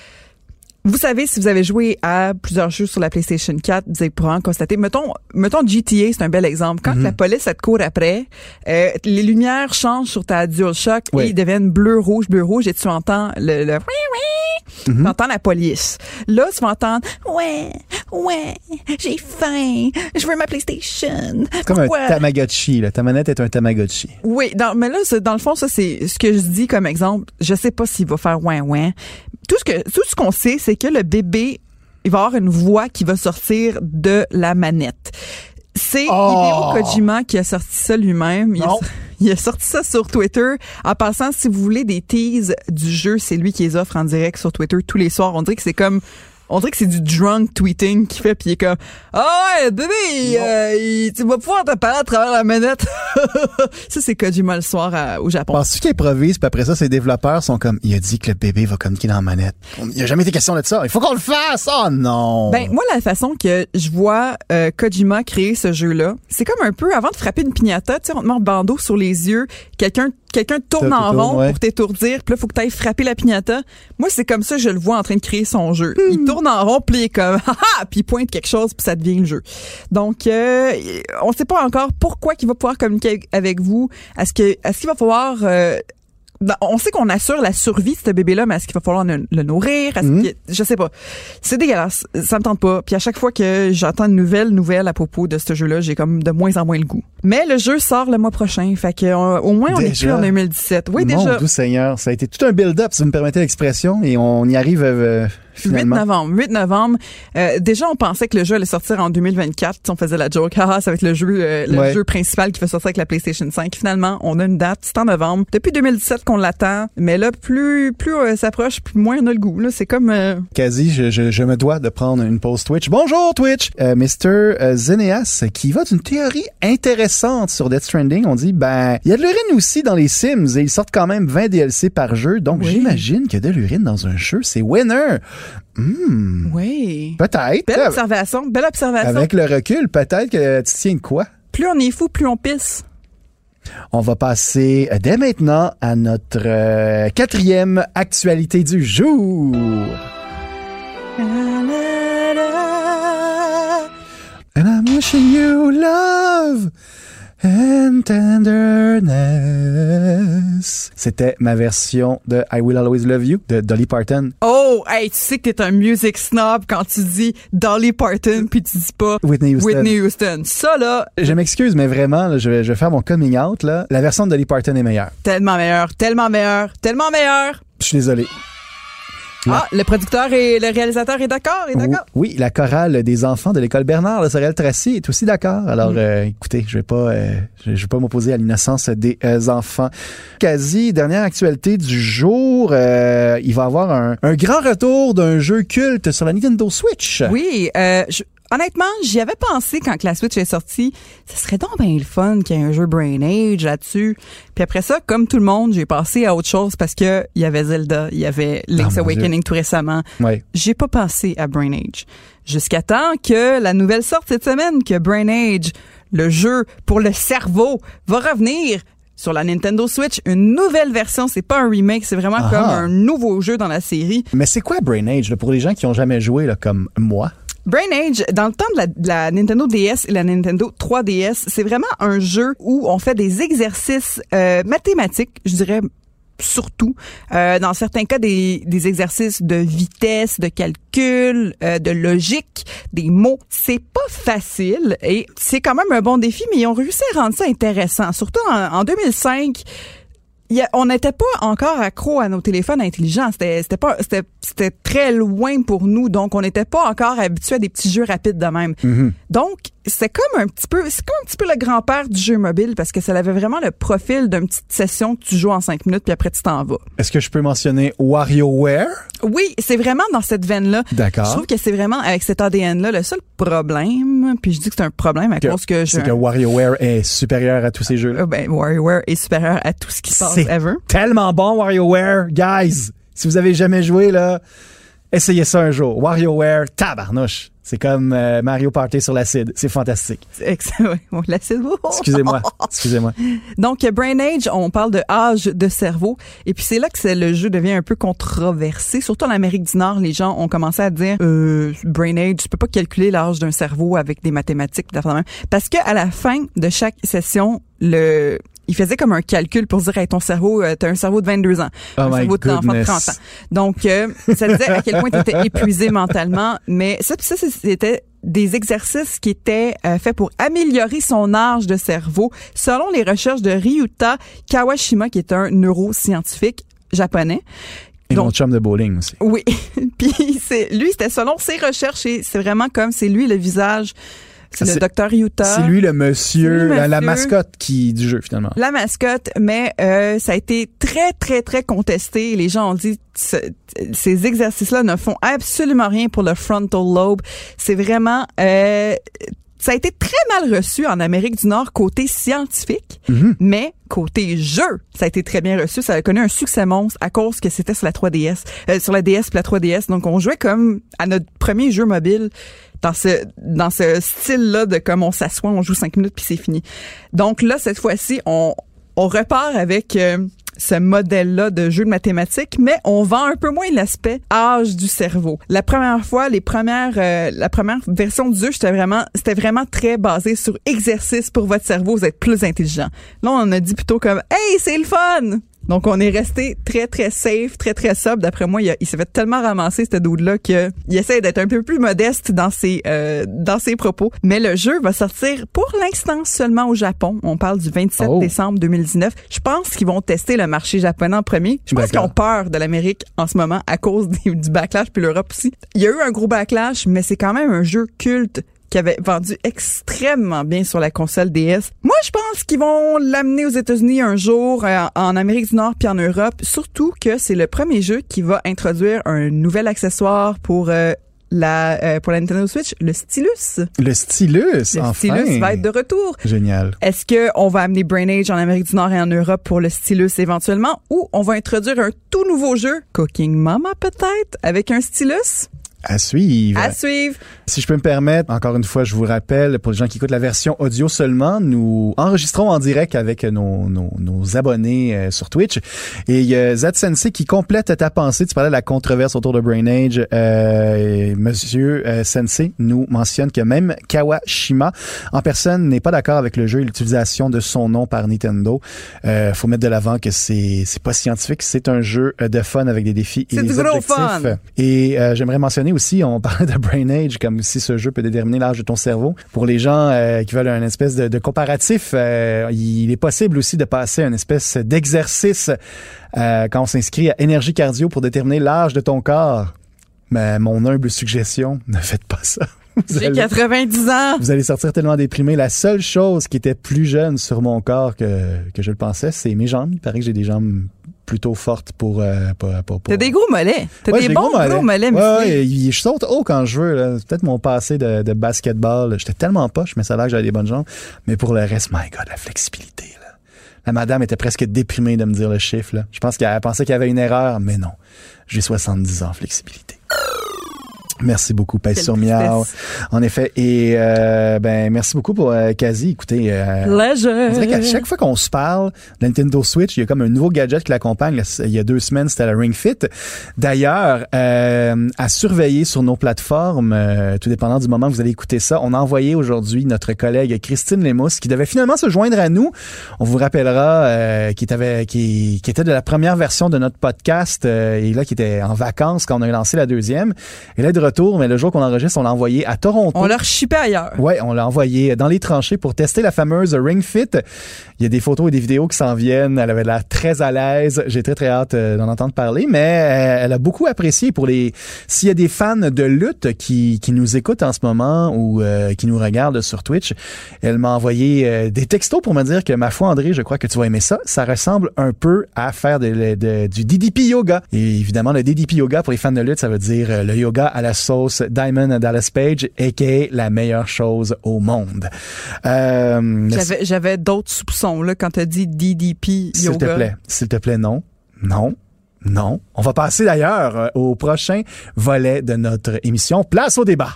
Vous savez, si vous avez joué à plusieurs jeux sur la PlayStation quatre, vous avez probablement constaté, mettons, mettons G T A, c'est un bel exemple. Quand
Mm-hmm.
la police, elle te court après, euh, les lumières changent sur ta DualShock
Oui.
et ils deviennent bleu, rouge, bleu, rouge et tu entends le, le tu
Mm-hmm.
entends la police. Là, tu vas entendre ouais, ouais, j'ai faim, je veux ma PlayStation.
C'est comme
Pourquoi?
un Tamagotchi, là. Ta manette est un Tamagotchi.
Oui, dans, mais là, c'est- dans le fond, ça, c'est ce que je dis comme exemple. Je sais pas s'il va faire ouin ouin. Tout ce que, tout ce qu'on sait, c'est que le bébé, il va avoir une voix qui va sortir de la manette. C'est
Oh!
Hideo Kojima qui a sorti ça lui-même. Il a,
Non.
il a sorti ça sur Twitter. En passant, si vous voulez des teases du jeu, c'est lui qui les offre en direct sur Twitter tous les soirs. On dirait que c'est comme... On dirait que c'est du drunk tweeting qu'il fait, puis il est comme « Ah ouais, bébé, euh, il- tu vas pouvoir te parler à travers la manette. » Ça, c'est Kojima le soir à- au Japon.
Penses-tu qu'il improvise, puis après ça, ses développeurs sont comme, il a dit que le bébé va communiquer dans la manette. Il n'y a jamais été question de ça. Il faut qu'on le fasse! Oh non!
Ben, moi, la façon que je vois euh, Kojima créer ce jeu-là, c'est comme un peu, avant de frapper une piñata, tu sais, on te met un bandeau sur les yeux, quelqu'un quelqu'un tourne
Te-
en
te tourne,
rond
ouais.
pour t'étourdir, puis là, faut que t'ailles frapper la piñata. Moi, c'est comme ça que je le vois en train de créer son jeu.
Hmm.
Il tourne en rond, puis il est comme « haha », puis il pointe quelque chose, puis ça devient le jeu. Donc, euh, on sait pas encore pourquoi il va pouvoir communiquer avec vous. Est-ce que est-ce qu'il va falloir... euh, dans- on sait qu'on assure la survie de ce bébé-là, mais est-ce qu'il va falloir le, le nourrir? Est-ce
Mhm.
qu'il- je sais pas. C'est dégueulasse. Ça me tente pas. Puis à chaque fois que j'entends une nouvelle nouvelle à propos de ce jeu-là, j'ai comme de moins en moins le goût. Mais le jeu sort le mois prochain. Fait que euh, au moins, on est
Déjà?
plus en deux mille dix-sept. Oui,
Mon
déjà.
doux Seigneur, ça a été tout un build-up, si vous me permettez l'expression, et on y arrive euh,
huit
finalement.
novembre. huit novembre. Euh, déjà, on pensait que le jeu allait sortir en deux mille vingt-quatre. Tu sais, on faisait la joke. Haha, ça va être le jeu, euh, le
Ouais.
jeu principal qui va sortir avec la PlayStation cinq. Finalement, on a une date. C'est en novembre. Depuis deux mille dix-sept qu'on l'attend. Mais là, plus, plus euh, ça s'approche, plus moins on a le goût. Là, c'est comme, euh,
Quasi, je, je, je me dois de prendre une pause Twitch. Bonjour Twitch! Euh, mister euh, Zeneas qui va d'une théorie intéressante sur Death Stranding. On dit, ben, il y a de l'urine aussi dans les Sims et ils sortent quand même vingt D L C par jeu. Donc,
Oui.
j'imagine que de l'urine dans un jeu, c'est winner. Hmm,
oui.
peut-être.
Belle observation. Belle observation.
Avec le recul, peut-être que tu tiens de quoi?
Plus on est fou, plus on pisse.
On va passer euh, dès maintenant à notre euh, quatrième actualité du jour. And I'm wishing you love and tenderness. C'était ma version de I Will Always Love You de Dolly Parton.
Oh, hey, tu sais que t'es un music snob quand tu dis Dolly Parton puis tu dis pas
Whitney Houston.
Whitney Houston. Ça, là...
Je m'excuse, mais vraiment, là, je, vais, je vais faire mon coming out. Là. La version de Dolly Parton est meilleure.
Tellement meilleure, tellement meilleure, tellement meilleure.
Je suis désolé.
Ah, le producteur et le réalisateur est d'accord, est d'accord?
Oui, la chorale des enfants de l'école Bernard, le Sorel Tracy, est aussi d'accord. Alors, mm. euh, écoutez, je vais pas, euh, je, je vais pas m'opposer à l'innocence des euh, enfants. Quasi dernière actualité du jour, euh, il va y avoir un, un grand retour d'un jeu culte sur la Nintendo Switch.
Oui, euh, je... Honnêtement, j'y avais pensé quand que la Switch est sortie. Ça serait donc bien le fun qu'il y ait un jeu Brain Age là-dessus. Puis après ça, comme tout le monde, j'ai passé à autre chose parce que il y avait Zelda, il y avait Link's oh, Awakening Dieu. Tout récemment.
Ouais.
J'ai pas pensé à Brain Age. Jusqu'à temps que la nouvelle sorte cette semaine, que Brain Age, le jeu pour le cerveau, va revenir sur la Nintendo Switch, une nouvelle version. C'est pas un remake, c'est vraiment Aha. Comme un nouveau jeu dans la série.
Mais c'est quoi Brain Age, là, pour les gens qui ont jamais joué, là, comme moi?
Brain Age, dans le temps de la, de la Nintendo D S et la Nintendo trois D S, c'est vraiment un jeu où on fait des exercices euh, mathématiques, je dirais surtout. Euh, dans certains cas, des, des exercices de vitesse, de calcul, euh, de logique, des mots. C'est pas facile et c'est quand même un bon défi, mais ils ont réussi à rendre ça intéressant. Surtout en, en deux mille cinq... Il a, on n'était pas encore accro à nos téléphones intelligents. C'était, c'était pas, c'était, c'était très loin pour nous. Donc, on n'était pas encore habitué à des petits jeux rapides de même. Mm-hmm. Donc, c'est comme un petit peu, c'est comme un petit peu le grand-père du jeu mobile parce que ça avait vraiment le profil d'une petite session que tu joues en cinq minutes puis après tu t'en vas.
Est-ce que je peux mentionner WarioWare?
Oui, c'est vraiment dans cette veine-là.
D'accord.
Je trouve que c'est vraiment avec cet A D N-là le seul problème. Puis je dis que c'est un problème à
que,
cause que je.
C'est que WarioWare est supérieur à tous ces jeux-là.
Ben, WarioWare est supérieur à tout ce qui se passe ever.
Tellement bon, WarioWare, guys. Si vous avez jamais joué, là, essayez ça un jour. WarioWare, tabarnouche. C'est comme euh, Mario Party sur l'acide. C'est fantastique.
C'est excellent. L'acide. Oh.
Excusez-moi. Excusez-moi.
Donc, Brain Age, on parle de âge de cerveau. Et puis, c'est là que c'est, le jeu devient un peu controversé. Surtout en Amérique du Nord, les gens ont commencé à dire euh, Brain Age, tu peux pas calculer l'âge d'un cerveau avec des mathématiques. Parce que à la fin de chaque session, le... il faisait comme un calcul pour dire, hey, ton cerveau, euh, t'as un cerveau de vingt-deux ans.
Oh
un cerveau d'enfant de trente ans. Donc, euh, ça disait à quel point t'étais épuisé mentalement. Mais ça, ça, c'était des exercices qui étaient euh, faits pour améliorer son âge de cerveau, selon les recherches de Ryuta Kawashima, qui est un neuroscientifique japonais.
Et mon chum de bowling aussi.
Oui. Puis, c'est, lui, c'était selon ses recherches et c'est vraiment comme, c'est lui le visage. C'est, c'est le docteur Ryuta.
C'est lui le monsieur, lui, la, la mascotte qui du jeu finalement.
La mascotte, mais euh, ça a été très très très contesté. Les gens ont dit ce, ces exercices-là ne font absolument rien pour le frontal lobe. C'est vraiment euh, ça a été très mal reçu en Amérique du Nord côté scientifique, mm-hmm. mais côté jeu, ça a été très bien reçu. Ça a connu un succès monstre à cause que c'était sur la trois D S, euh, sur la D S puis la trois D S. Donc on jouait comme à notre premier jeu mobile. Dans ce dans ce style-là de comme on s'assoit, on joue cinq minutes puis c'est fini. Donc là, cette fois-ci, on on repart avec euh, ce modèle-là de jeu de mathématiques, mais on vend un peu moins l'aspect âge du cerveau. La première fois, les premières euh, la première version du jeu, c'était vraiment c'était vraiment très basé sur exercice pour votre cerveau, vous êtes plus intelligent. Là, on a dit plutôt comme hey, c'est le fun. Donc, on est resté très, très safe, très, très sobre. D'après moi, il, a, il s'est fait tellement ramasser, ce dude-là, qu'il essaie d'être un peu plus modeste dans ses, euh, dans ses propos. Mais le jeu va sortir pour l'instant seulement au Japon. On parle du vingt-sept oh. décembre deux mille dix-neuf. Je pense qu'ils vont tester le marché japonais en premier. Je pense D'accord. qu'ils ont peur de l'Amérique en ce moment à cause des, du backlash, puis l'Europe aussi. Il y a eu un gros backlash, mais c'est quand même un jeu culte qui avait vendu extrêmement bien sur la console D S. Moi, je pense qu'ils vont l'amener aux États-Unis un jour, euh, en Amérique du Nord puis en Europe. Surtout que c'est le premier jeu qui va introduire un nouvel accessoire pour euh, la euh, pour la Nintendo Switch, le stylus.
Le stylus,
le
enfin.
Le stylus va être de retour.
Génial.
Est-ce que on va amener Brain Age en Amérique du Nord et en Europe pour le stylus éventuellement, ou on va introduire un tout nouveau jeu, Cooking Mama peut-être, avec un stylus?
À suivre.
À suivre.
Si je peux me permettre, encore une fois, je vous rappelle, pour les gens qui écoutent la version audio seulement, nous enregistrons en direct avec nos, nos, nos abonnés euh, sur Twitch. Et il y a Z Sensei qui complète ta pensée. Tu parlais de la controverse autour de Brain Age. Euh, Monsieur euh, Sensei nous mentionne que même Kawashima, en personne, n'est pas d'accord avec le jeu et l'utilisation de son nom par Nintendo. Euh, faut mettre de l'avant que c'est c'est pas scientifique, c'est un jeu de fun avec des défis et
c'est
des
du gros
objectifs.
Fun.
Et euh, j'aimerais mentionner aussi, on parlait de Brain Age, comme si ce jeu peut déterminer l'âge de ton cerveau. Pour les gens euh, qui veulent un espèce de, de comparatif, euh, il est possible aussi de passer un espèce d'exercice euh, quand on s'inscrit à Énergie Cardio pour déterminer l'âge de ton corps. Mais mon humble suggestion, ne faites pas ça.
Vous J'ai allez, quatre-vingt-dix ans.
Vous allez sortir tellement déprimé. La seule chose qui était plus jeune sur mon corps que, que je le pensais, c'est mes jambes. Il paraît que j'ai des jambes plutôt forte pour... Euh, pour, pour, pour...
T'as des gros mollets. T'as
ouais,
des
des
bons
gros mollets.
gros mollets.
Ouais, ouais, je saute haut quand je veux. Là. C'est peut-être mon passé de, de basketball. J'étais tellement poche, mais ça a l'air que j'avais des bonnes jambes. Mais pour le reste, my God, la flexibilité. Là. La madame était presque déprimée de me dire le chiffre. Là. Je pense qu'elle pensait qu'il y avait une erreur, mais non. J'ai soixante-dix ans, flexibilité. Merci beaucoup, Pèse sur Miao. En effet. Et euh, ben merci beaucoup pour euh, Kazi. Écoutez, euh,
Pleasure.
On dirait qu'à chaque fois qu'on se parle de Nintendo Switch, il y a comme un nouveau gadget qui l'accompagne. Il y a deux semaines, c'était la Ring Fit. D'ailleurs, euh, à surveiller sur nos plateformes, euh, tout dépendant du moment que vous allez écouter ça, on a envoyé aujourd'hui notre collègue Christine Lemousse qui devait finalement se joindre à nous. On vous rappellera euh, qui était qui, qui était de la première version de notre podcast euh, et là qui était en vacances quand on a lancé la deuxième. Et là de retour, mais le jour qu'on enregistre, on l'a envoyé à Toronto.
On l'a rechippé ailleurs.
Ouais, on l'a envoyé dans les tranchées pour tester la fameuse Ring Fit. Il y a des photos et des vidéos qui s'en viennent. Elle avait l'air très à l'aise. J'ai très très hâte d'en entendre parler, mais elle a beaucoup apprécié. Pour les, s'il y a des fans de lutte qui qui nous écoutent en ce moment ou euh, qui nous regardent sur Twitch, elle m'a envoyé euh, des textos pour me dire que ma foi, André, je crois que tu vas aimer ça. Ça ressemble un peu à faire de, de, du D D P yoga. Et évidemment, le D D P yoga pour les fans de lutte, ça veut dire le yoga à la sauce Diamond Dallas Page, aka la meilleure chose au monde. Euh,
j'avais, j'avais d'autres soupçons là quand t'as dit D D P yoga.
S'il te plaît, s'il te plaît, non, non, non. On va passer d'ailleurs euh, au prochain volet de notre émission. Place au débat.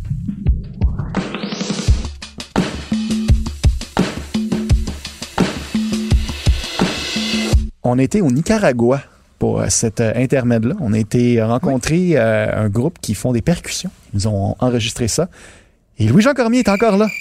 On était au Nicaragua pour cet intermède-là. On a été rencontrer oui. euh, un groupe qui font des percussions. Ils ont enregistré ça. Et Louis-Jean Cormier est encore là.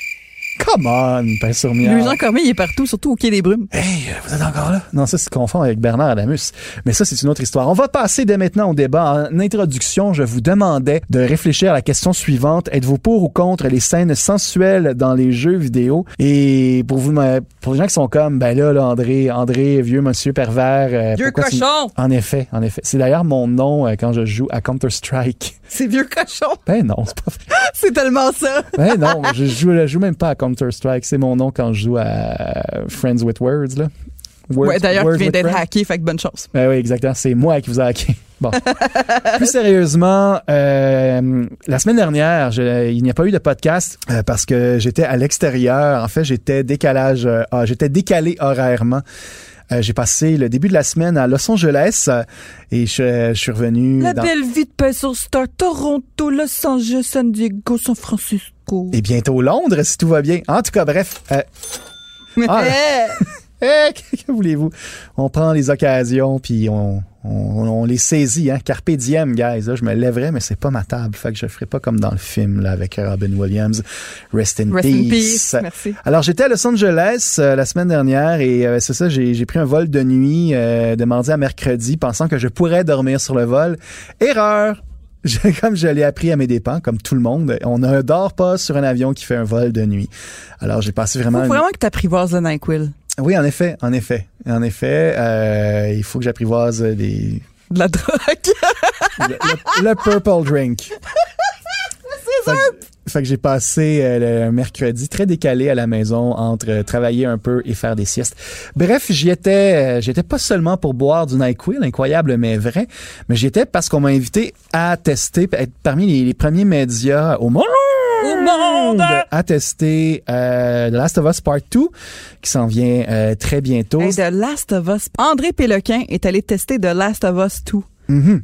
Come on, pain sur miel.
Louis-Jean Cormier, il est partout, surtout au Quai des Brumes.
Hey, vous êtes encore là? Non, ça, c'est confond avec Bernard Adamus. Mais ça, c'est une autre histoire. On va passer dès maintenant au débat. En introduction, je vous demandais de réfléchir à la question suivante. Êtes-vous pour ou contre les scènes sensuelles dans les jeux vidéo? Et pour vous, pour les gens qui sont comme, ben là, là, André, André, vieux monsieur pervers. Euh,
vieux cochon!
Tu... En effet, en effet. C'est d'ailleurs mon nom euh, quand je joue à Counter-Strike.
C'est vieux cochon?
Ben non, c'est pas vrai.
C'est tellement ça.
Ben non, je joue, je joue même pas à Counter-Strike. C'est mon nom quand je joue à Friends with Words, là.
Words, ouais, d'ailleurs, tu viens d'être friends. hacké, fait que bonne chose.
Ben oui, exactement. C'est moi qui vous ai hacké. Bon. Plus sérieusement, euh, la semaine dernière, je, il n'y a pas eu de podcast euh, parce que j'étais à l'extérieur. En fait, j'étais décalage, euh, j'étais décalé horairement. Euh, j'ai passé le début de la semaine à Los Angeles euh, et je, je suis revenu...
La
dans...
belle vie de paix sur Star, Toronto, Los Angeles, San Diego, San Francisco.
Et bientôt Londres, si tout va bien. En tout cas, bref... Euh... Ah, eh, que voulez-vous? On prend les occasions puis on, on, on les saisit, hein. Carpe diem, guys. Là, je me lèverais, mais c'est pas ma table. Fait que je ferai pas comme dans le film là avec Robin Williams. Rest in
Rest
peace.
In peace. Merci.
Alors j'étais à Los Angeles euh, la semaine dernière et euh, c'est ça, j'ai, j'ai pris un vol de nuit euh, de mardi à mercredi, pensant que je pourrais dormir sur le vol. Erreur. Comme je l'ai appris à mes dépens, comme tout le monde, on ne dort pas sur un avion qui fait un vol de nuit. Alors j'ai passé vraiment.
Faut
une...
vraiment que t'apprivoises le NyQuil.
Oui, en effet, en effet, en effet, euh, il faut que j'apprivoise des...
De la drogue.
le, le, le purple drink.
C'est ça.
Fait que j'ai passé euh, le mercredi très décalé à la maison entre euh, travailler un peu et faire des siestes. Bref, j'y étais, euh, j'y étais pas seulement pour boire du NyQuil, incroyable mais vrai, mais j'y étais parce qu'on m'a invité à tester, être parmi les, les premiers médias au monde.
Au monde!
À tester euh, The Last of Us Part deux qui s'en vient euh, très bientôt.
Hey, The Last of Us. André Péloquin est allé tester The Last of Us deux.
Mm-hmm.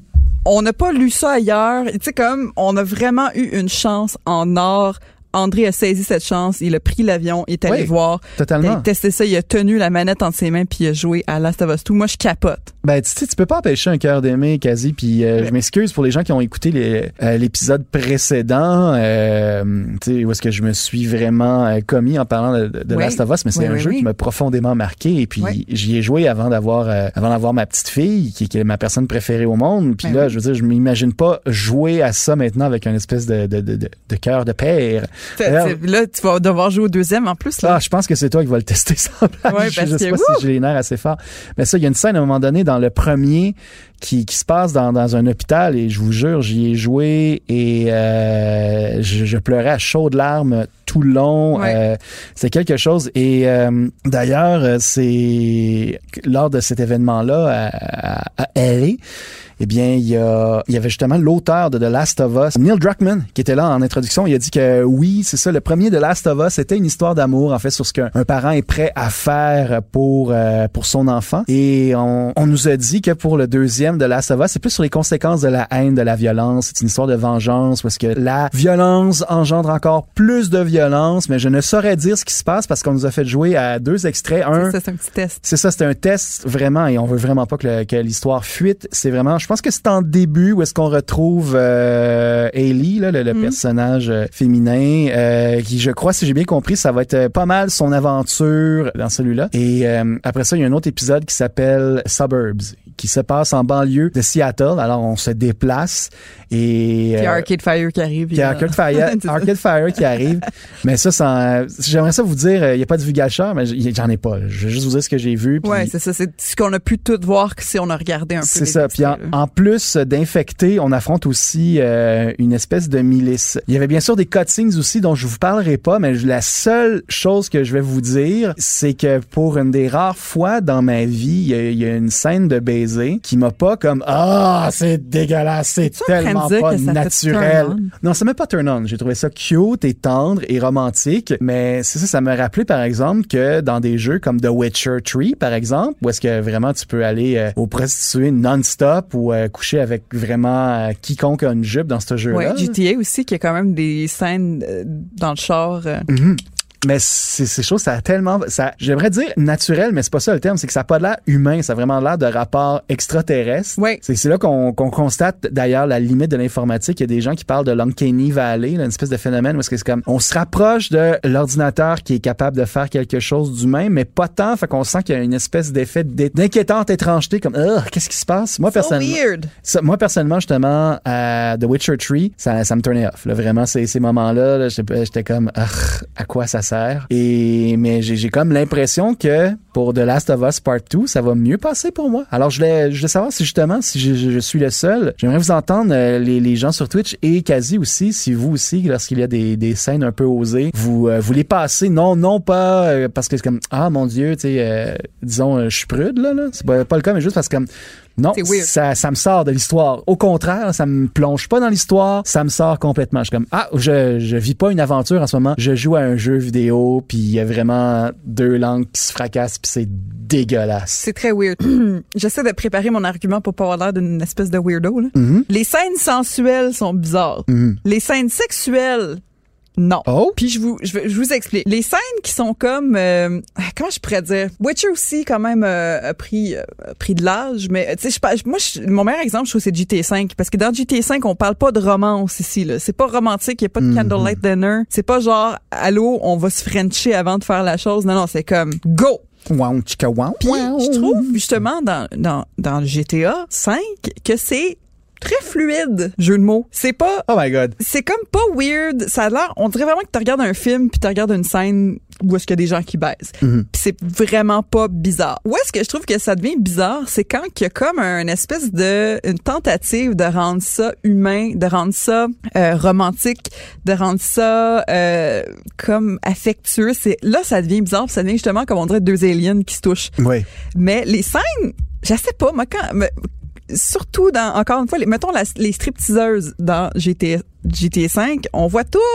on n'a pas lu ça ailleurs. Tu sais, comme, on a vraiment eu une chance en or. André a saisi cette chance, il a pris l'avion, il est allé
oui,
voir,
totalement.
il a testé ça, il a tenu la manette entre ses mains puis il a joué à Last of Us deux. Moi, je capote.
Ben, tu sais, tu peux pas empêcher un cœur d'aimer, quasi, puis euh,
ouais.
je m'excuse pour les gens qui ont écouté les, euh, l'épisode précédent, euh, tu sais, où est-ce que je me suis vraiment euh, commis en parlant de, de
oui.
Last of Us, mais c'est
oui,
un
oui,
jeu
oui.
qui m'a profondément marqué, et puis
oui.
j'y ai joué avant d'avoir euh, avant d'avoir ma petite fille, qui, qui est ma personne préférée au monde, puis
ben
là,
oui.
je veux dire, je m'imagine pas jouer à ça maintenant avec une espèce de, de, de, de, de cœur de père.
Alors, là, tu vas devoir jouer au deuxième en plus. Là.
Ah, je pense que c'est toi qui vas le tester sans blague.
Ouais,
je
parce
je sais
que,
pas
wouh!
si j'ai les nerfs assez forts. Mais ça, il y a une scène à un moment donné dans le premier qui, qui se passe dans, dans un hôpital et je vous jure, j'y ai joué et euh, je, je pleurais à chaudes larmes tout le long.
Ouais.
Euh, c'est quelque chose. Et euh, d'ailleurs, c'est lors de cet événement-là à, à, à L A, eh bien, il y, a, il y avait justement l'auteur de The Last of Us, Neil Druckmann, qui était là en introduction. Il a dit que oui, c'est ça, le premier de Last of Us, c'était une histoire d'amour, en fait, sur ce qu'un un parent est prêt à faire pour euh, pour son enfant. Et on, on nous a dit que pour le deuxième de Last of Us, c'est plus sur les conséquences de la haine, de la violence. C'est une histoire de vengeance, parce que la violence engendre encore plus de violence, mais je ne saurais dire ce qui se passe parce qu'on nous a fait jouer à deux extraits. Un,
c'est ça, c'est un petit test.
C'est ça, c'était un test vraiment, et on veut vraiment pas que, le, que l'histoire fuite. C'est vraiment, je pense que c'est en début où est-ce qu'on retrouve euh, Ellie, là, le, le mm. personnage euh, féminin, euh, qui, je crois, si j'ai bien compris, ça va être euh, pas mal son aventure dans celui-là. Et euh, après ça, il y a un autre épisode qui s'appelle Suburbs, qui se passe en banlieue de Seattle. Alors, on se déplace et...
Puis
euh,
Arcade Fire qui arrive.
Puis Arcade Fire, Arcade Fire qui arrive. Mais ça, sans, j'aimerais ça vous dire, il n'y a pas de vulgaire, mais j'en ai pas. Je vais juste vous dire ce que j'ai vu. Puis,
ouais, c'est ça. C'est ce qu'on a pu tout voir si on a regardé un peu.
C'est ça. Puis en, en plus d'infecter, on affronte aussi euh, une espèce de milice. Il y avait bien sûr des cutscenes aussi dont je vous parlerai pas, mais la seule chose que je vais vous dire, c'est que pour une des rares fois dans ma vie, il y a, il y a une scène de baiser qui m'a pas comme ah, c'est dégueulasse, c'est tellement pas naturel. Non, c'est même pas turn on. J'ai trouvé ça cute et tendre et romantique, mais c'est ça, ça m'a rappelé par exemple que dans des jeux comme The Witcher trois par exemple, où est-ce que vraiment tu peux aller euh, aux prostituées non-stop ou euh, coucher avec vraiment euh, quiconque a une jupe dans ce jeu-là.
Ouais, G T A aussi qui a quand même des scènes euh, dans le char. Euh.
Mm-hmm. Mais c'est ces choses, ça a tellement, ça, j'aimerais dire naturel, mais c'est pas ça le terme, c'est que ça a pas l'air humain, ça a vraiment l'air de rapport extraterrestre.
Oui.
C'est, c'est là qu'on, qu'on constate d'ailleurs la limite de l'informatique. Il y a des gens qui parlent de l'Uncanny Valley, là, une espèce de phénomène où est-ce que c'est comme, on se rapproche de l'ordinateur qui est capable de faire quelque chose d'humain, mais pas tant, fait qu'on sent qu'il y a une espèce d'effet d'inquiétante étrangeté, comme, oh, qu'est-ce qui se passe? Moi,
so
personnellement.
Weird.
Ça, moi, personnellement, justement, à The Witcher trois, ça, ça me turnait off, là. Vraiment, ces, ces moments-là, là, j'étais, j'étais comme, ah, à quoi ça sert? Et mais j'ai, j'ai comme l'impression que pour The Last of Us Part deux, ça va mieux passer pour moi. Alors je voulais, je voulais savoir si justement si je, je, je suis le seul. J'aimerais vous entendre euh, les, les gens sur Twitch et quasi aussi si vous aussi lorsqu'il y a des, des scènes un peu osées, vous euh, vous les passez non non pas euh, parce que c'est comme ah mon Dieu tu sais euh, disons euh, je suis prude là là c'est pas, pas le cas mais juste parce que comme non, ça, ça me sort de l'histoire. Au contraire, ça me plonge pas dans l'histoire, ça me sort complètement. Je suis comme, ah, je, je vis pas une aventure en ce moment, je joue à un jeu vidéo, puis il y a vraiment deux langues qui se fracassent, puis c'est dégueulasse.
C'est très weird. J'essaie de préparer mon argument pour pas avoir l'air d'une espèce de weirdo. Là.
Mm-hmm.
Les scènes sensuelles sont bizarres. Mm-hmm. Les scènes sexuelles... Non.
Oh.
Puis je vous je, je vous explique. Les scènes qui sont comme euh, comment je pourrais dire Witcher aussi quand même euh, a pris euh, a pris de l'âge mais tu sais je moi je, mon meilleur exemple je trouve c'est G T A cinq parce que dans G T A cinq on parle pas de romance ici là, c'est pas romantique, il y a pas de mm-hmm. candlelight dinner, c'est pas genre allô, on va se frencher avant de faire la chose. Non non, c'est comme go.
Wow, chica wow.
Puis je trouve justement dans dans dans G T A cinq que c'est très fluide, jeu de mots. C'est pas...
Oh my God.
C'est comme pas weird. Ça a l'air... On dirait vraiment que tu regardes un film puis tu regardes une scène où est-ce qu'il y a des gens qui baisent. Mm-hmm. Puis c'est vraiment pas bizarre. Où est-ce que je trouve que ça devient bizarre, c'est quand il y a comme un espèce de... une tentative de rendre ça humain, de rendre ça euh, romantique, de rendre ça euh, comme affectueux. C'est, là, ça devient bizarre. Ça devient justement comme on dirait deux aliens qui se touchent.
Oui.
Mais les scènes... Je sais pas, moi, quand... Mais, surtout dans, encore une fois, les, mettons la, les stripteaseuses dans G T A, G T A cinq, on voit tout.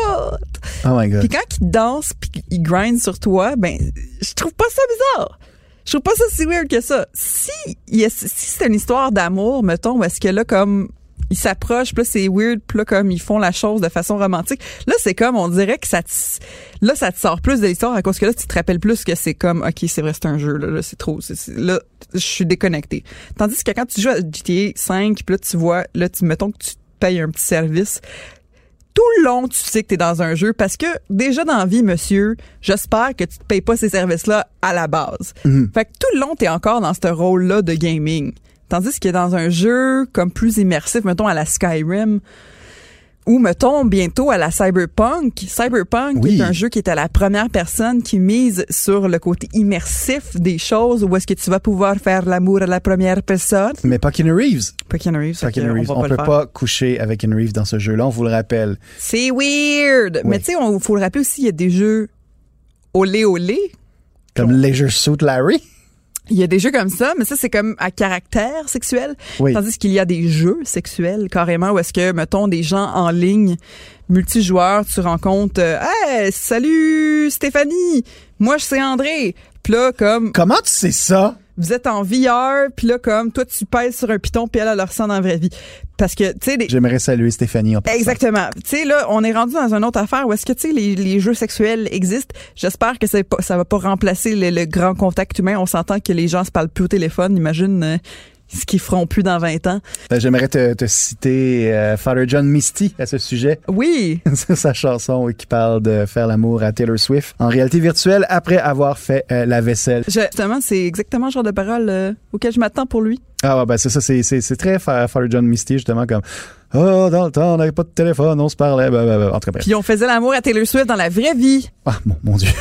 Oh my God.
Puis quand ils dansent puis ils grindent sur toi, ben, je trouve pas ça bizarre. Je trouve pas ça si weird que ça. Si, y a, si c'est une histoire d'amour, mettons, où est-ce que là, comme, ils s'approchent, puis là, c'est weird, puis là, comme ils font la chose de façon romantique. Là, c'est comme, on dirait que ça te, là, ça te sort plus de l'histoire à cause que là, tu te rappelles plus que c'est comme, OK, c'est vrai, c'est un jeu, là, là c'est trop, c'est, c'est, là, je suis déconnecté. Tandis que quand tu joues à G T A cinq, puis là, tu vois, là, tu, mettons que tu payes un petit service, tout le long, tu sais que t'es dans un jeu parce que déjà dans la vie, monsieur, j'espère que tu te payes pas ces services-là à la base. Mm-hmm. Fait que tout le long, t'es encore dans ce rôle-là de gaming. Tandis que dans un jeu comme plus immersif, mettons à la Skyrim, ou mettons bientôt à la Cyberpunk. Cyberpunk oui. est un jeu qui est à la première personne, qui mise sur le côté immersif des choses, où est-ce que tu vas pouvoir faire l'amour à la première personne.
Mais pas Keanu Reeves.
Pas Keanu Reeves.
Pas Keanu Reeves. On, on peut pas coucher avec Keanu Reeves dans ce jeu-là, on vous le rappelle.
C'est weird! Oui. Mais tu sais, il faut le rappeler aussi, il y a des jeux olé olé.
Comme Leisure Suit Larry.
Il y a des jeux comme ça, mais ça, c'est comme à caractère sexuel. Oui. Tandis qu'il y a des jeux sexuels, carrément, où est-ce que, mettons, des gens en ligne, multijoueurs, tu rencontres, euh, hey, salut Stéphanie, moi, je sais André. Puis là, comme...
Comment tu sais ça?
Vous êtes en V R, puis là, comme, toi, tu pèses sur un piton, puis elle, elle le ressent dans la vraie vie. Parce que, tu sais... Des...
J'aimerais saluer Stéphanie en passant.
Exactement. Tu sais, là, on est rendu dans une autre affaire où est-ce que, tu sais, les, les jeux sexuels existent. J'espère que c'est pas, ça va pas remplacer le, le grand contact humain. On s'entend que les gens se parlent plus au téléphone. Imagine... Euh, ce qu'ils feront plus dans vingt ans.
Ben, j'aimerais te, te citer euh, Father John Misty à ce sujet.
Oui.
C'est sa chanson qui parle de faire l'amour à Taylor Swift en réalité virtuelle après avoir fait euh, la vaisselle.
Je, justement, c'est exactement le genre de parole euh, auquel je m'attends pour lui.
Ah ouais, ben c'est ça, c'est, c'est, c'est très Father John Misty, justement, comme « Oh, dans le temps, on n'avait pas de téléphone, on se parlait. » ben, ben, ben, en tout cas,
puis on faisait l'amour à Taylor Swift dans la vraie vie.
Ah, mon, mon Dieu.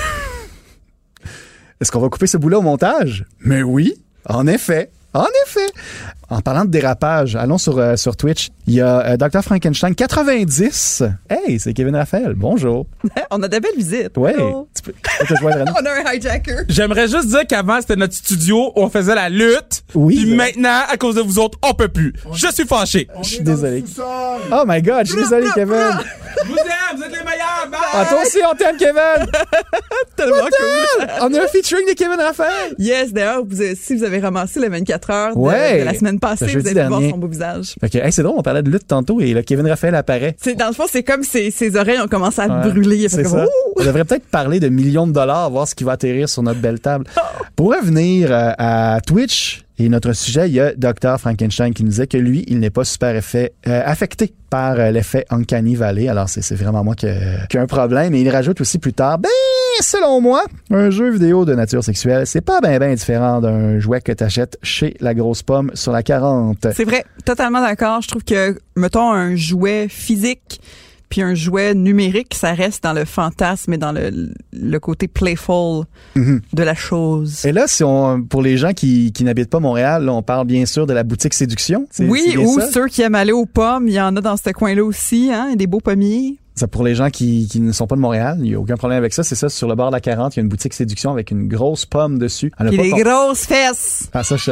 Est-ce qu'on va couper ce bout-là au montage? Mais oui, en effet. En effet. En parlant de dérapage, allons sur, euh, sur Twitch. Il y a euh, docteur Frankenstein quatre-vingt-dix. Hey, c'est Kevin Raphaël. Bonjour.
On a de belles visites.
Oui. Tu peux, tu peux te joindre à nous.
On a un hijacker.
J'aimerais juste dire qu'avant, c'était notre studio, on faisait la lutte.
Oui.
Puis maintenant, à cause de vous autres, on peut plus. On je suis fâché.
Je suis désolé. Oh my God, je suis désolé, Kevin.
Je vous aime, vous êtes les meilleurs. Bye.
Ah, toi aussi, on t'aime, Kevin.
Tellement cool.
On a un featuring de Kevin Raphaël.
Yes, d'ailleurs, vous avez, si vous avez ramassé le vingt-quatre heures de,
ouais,
de la semaine passée, vous allez dernier. voir son beau visage.
Ok, hey, c'est drôle, on parlait de lutte tantôt et là, Kevin Raphaël apparaît.
C'est, dans le fond, c'est comme ses, ses oreilles ont commencé à ouais, brûler. Il
c'est
comme,
ça.
Ouh!
On devrait peut-être parler de millions de dollars, voir ce qui va atterrir sur notre belle table. Pour revenir euh, à Twitch et notre sujet, il y a docteur Frankenstein qui nous disait que lui, il n'est pas super effet, euh, affecté par euh, l'effet Uncanny Valley. Alors, c'est, c'est vraiment moi qui ai un problème. Et il rajoute aussi plus tard, ben, selon moi, un jeu vidéo de nature sexuelle, c'est pas ben ben différent d'un jouet que t'achètes chez la grosse pomme sur la quarante.
C'est vrai, totalement d'accord. Je trouve que, mettons, un jouet physique puis un jouet numérique, ça reste dans le fantasme et dans le, le côté playful mm-hmm. de la chose.
Et là, si on, pour les gens qui, qui n'habitent pas Montréal, là, on parle bien sûr de la boutique Séduction. C'est,
oui,
c'est
ou
ça?
Ceux qui aiment aller aux pommes, il y en a dans ce coin-là aussi, hein, des beaux pommiers.
Ça, pour les gens qui, qui ne sont pas de Montréal, il n'y a aucun problème avec ça. C'est ça, sur le bord de la quarante, il y a une boutique Séduction avec une grosse pomme dessus.
Et des con... grosses fesses!
Ah, ça, je...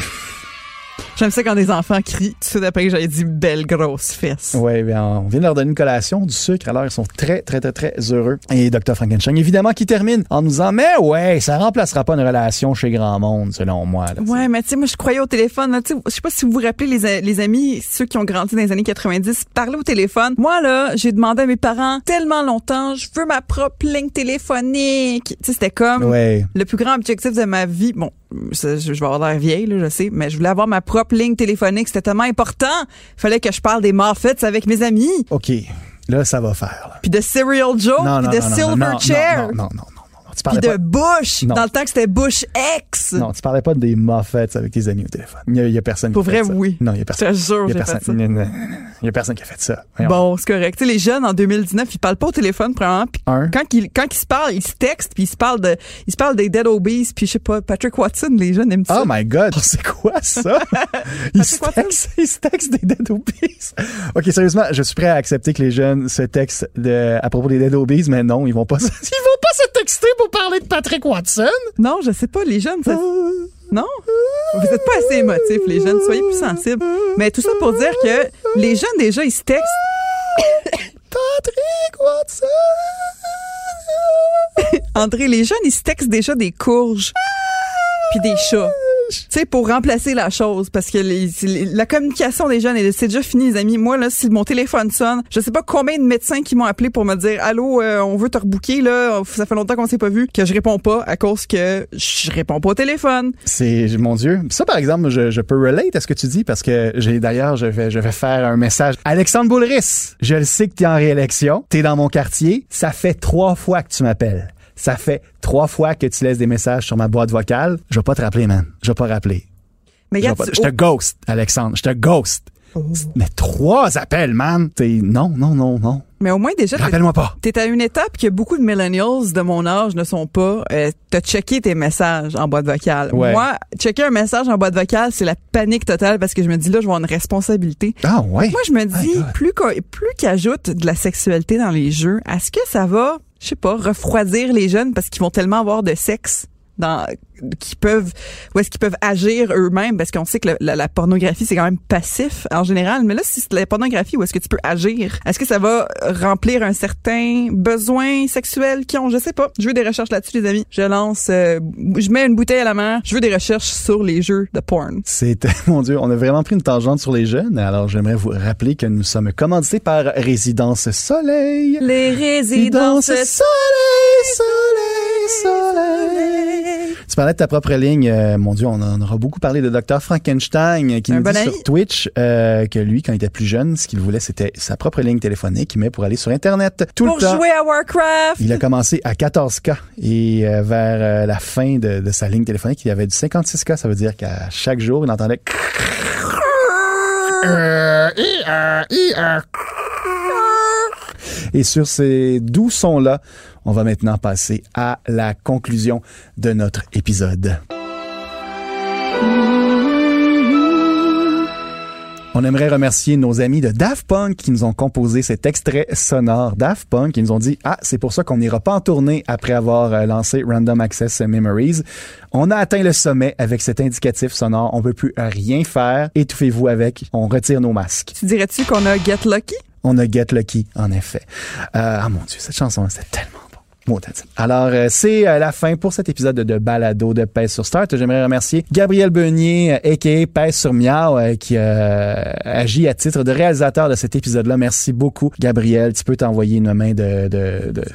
J'aime ça quand des enfants crient. Tout de suite après, j'avais dit belle grosse fesse.
Oui, bien, on vient de leur donner une collation, du sucre. Alors, ils sont très, très, très, très heureux. Et docteur Frankenstein, évidemment, qui termine en nous disant, mais ouais, ça remplacera pas une relation chez grand monde, selon moi. Là,
ouais, mais tu sais, moi, je croyais au téléphone. Là, je sais pas si vous vous rappelez, les, les amis, ceux qui ont grandi dans les années quatre-vingt-dix, parler au téléphone. Moi, là, j'ai demandé à mes parents tellement longtemps, je veux ma propre ligne téléphonique. Tu sais, c'était comme
ouais.
le plus grand objectif de ma vie. Bon, je, je vais avoir l'air vieille, là, je sais, mais je voulais avoir ma propre ligne téléphonique. C'était tellement important. Il fallait que je parle des Muffets avec mes amis.
OK. Là, ça va faire. Là.
Puis de Serial Joe, puis de
non,
Silverchair.
Non, non, non, non, non.
Puis de Bush, non. Dans le temps que c'était Bush X.
Non, tu parlais pas des Muffets avec tes amis au téléphone. Il y a, il y a personne
Pour
qui
vrai,
fait ça.
oui.
Non, il y a personne.
Je te jure,
il y a
j'ai
personne,
fait ça.
Il y a personne qui a fait ça. Voyons.
Bon, c'est correct. Tu sais, les jeunes, en deux mille dix-neuf, ils parlent pas au téléphone, premièrement. Puis quand ils, quand ils se parlent, ils se textent, puis ils se parlent de, ils se parlent des Dead Obies, puis je sais pas, Patrick Watson, les jeunes aiment ça.
Oh my God, c'est quoi ça? ils, se textent, ils se textent des Dead Obies. OK, sérieusement, je suis prêt à accepter que les jeunes se textent de, à propos des Dead Obies, mais non, ils vont pas, ils vont pas se texter pour parler de Patrick Watson?
Non, je sais pas, les jeunes, ça... Non? Vous êtes pas assez émotifs, les jeunes. Soyez plus sensibles. Mais tout ça pour dire que les jeunes, déjà, ils se textent...
Patrick Watson!
André, les jeunes, ils se textent déjà des courges puis des chats.
message.
Tu sais, pour remplacer la chose, parce que les, les, la communication des jeunes, c'est déjà fini, les amis. Moi, là, si mon téléphone sonne, je sais pas combien de médecins qui m'ont appelé pour me dire, allô, euh, on veut te rebooker, là, ça fait longtemps qu'on s'est pas vu, que je réponds pas à cause que je réponds pas au téléphone.
C'est, mon Dieu. Ça, par exemple, je, je peux relate à ce que tu dis parce que j'ai, d'ailleurs, je vais, je vais faire un message. Alexandre Boulris, je le sais que t'es en réélection, t'es dans mon quartier, ça fait trois fois que tu m'appelles. Ça fait trois fois que tu laisses des messages sur ma boîte vocale. Je vais pas te rappeler, man. Je vais pas rappeler.
Mais
je,
regarde,
pas,
tu...
je te ghost, Alexandre. Je te ghost. Oh. Mais trois appels, man. T'es, non, non, non, non.
Mais au moins, déjà,
rappelle-moi pas.
T'es à une étape que beaucoup de millennials de mon âge ne sont pas. Euh, t'as checké tes messages en boîte vocale.
Ouais.
Moi, checker un message en boîte vocale, c'est la panique totale parce que je me dis là, je vais avoir une responsabilité.
Ah ouais.
Moi, je me dis, oh plus qu', plus qu'ajoute de la sexualité dans les jeux, est-ce que ça va, je sais pas, refroidir les jeunes parce qu'ils vont tellement avoir de sexe dans qui peuvent où est-ce qu'ils peuvent agir eux-mêmes parce qu'on sait que le, la, la pornographie c'est quand même passif en général, mais là si c'est la pornographie où est-ce que tu peux agir, est-ce que ça va remplir un certain besoin sexuel qu'ils ont, je sais pas. Je veux des recherches là-dessus les amis. Je lance euh, je mets une bouteille à la mer, je veux des recherches sur les jeux de porn.
C'est mon Dieu, on a vraiment pris une tangente sur les jeunes. Alors j'aimerais vous rappeler que nous sommes commandités par Résidence Soleil.
Les Résidences
Soleil, Soleil, Soleil. Tu parlais de ta propre ligne. Euh, mon Dieu, on en aura beaucoup parlé de Docteur Frankenstein qui
un
nous
bon
dit
ami.
sur Twitch euh, que lui, quand il était plus jeune, ce qu'il voulait, c'était sa propre ligne téléphonique, mais pour aller sur Internet tout
pour
le temps.
Pour jouer à Warcraft.
Il a commencé à quatorze K et euh, vers euh, la fin de, de sa ligne téléphonique, il y avait du cinquante-six K. Ça veut dire qu'à chaque jour, il entendait... Et sur ces doux sons-là, on va maintenant passer à la conclusion de notre épisode. On aimerait remercier nos amis de Daft Punk qui nous ont composé cet extrait sonore. Daft Punk, qui nous ont dit « Ah, c'est pour ça qu'on n'ira pas en tournée après avoir lancé Random Access Memories. On a atteint le sommet avec cet indicatif sonore. On ne peut plus rien faire. Étouffez-vous avec. On retire nos masques. »
Tu dirais-tu qu'on a Get Lucky?
On a Get Lucky, en effet. Euh, ah mon Dieu, cette chanson, c'était tellement bon. Alors, euh, c'est euh, la fin pour cet épisode de, de Balado de Pèse sur Start. J'aimerais remercier Gabriel Beunier, euh, a k a. Pèse sur Miao, euh, qui euh, agit à titre de réalisateur de cet épisode-là. Merci beaucoup, Gabriel. Tu peux t'envoyer une main de... de, de...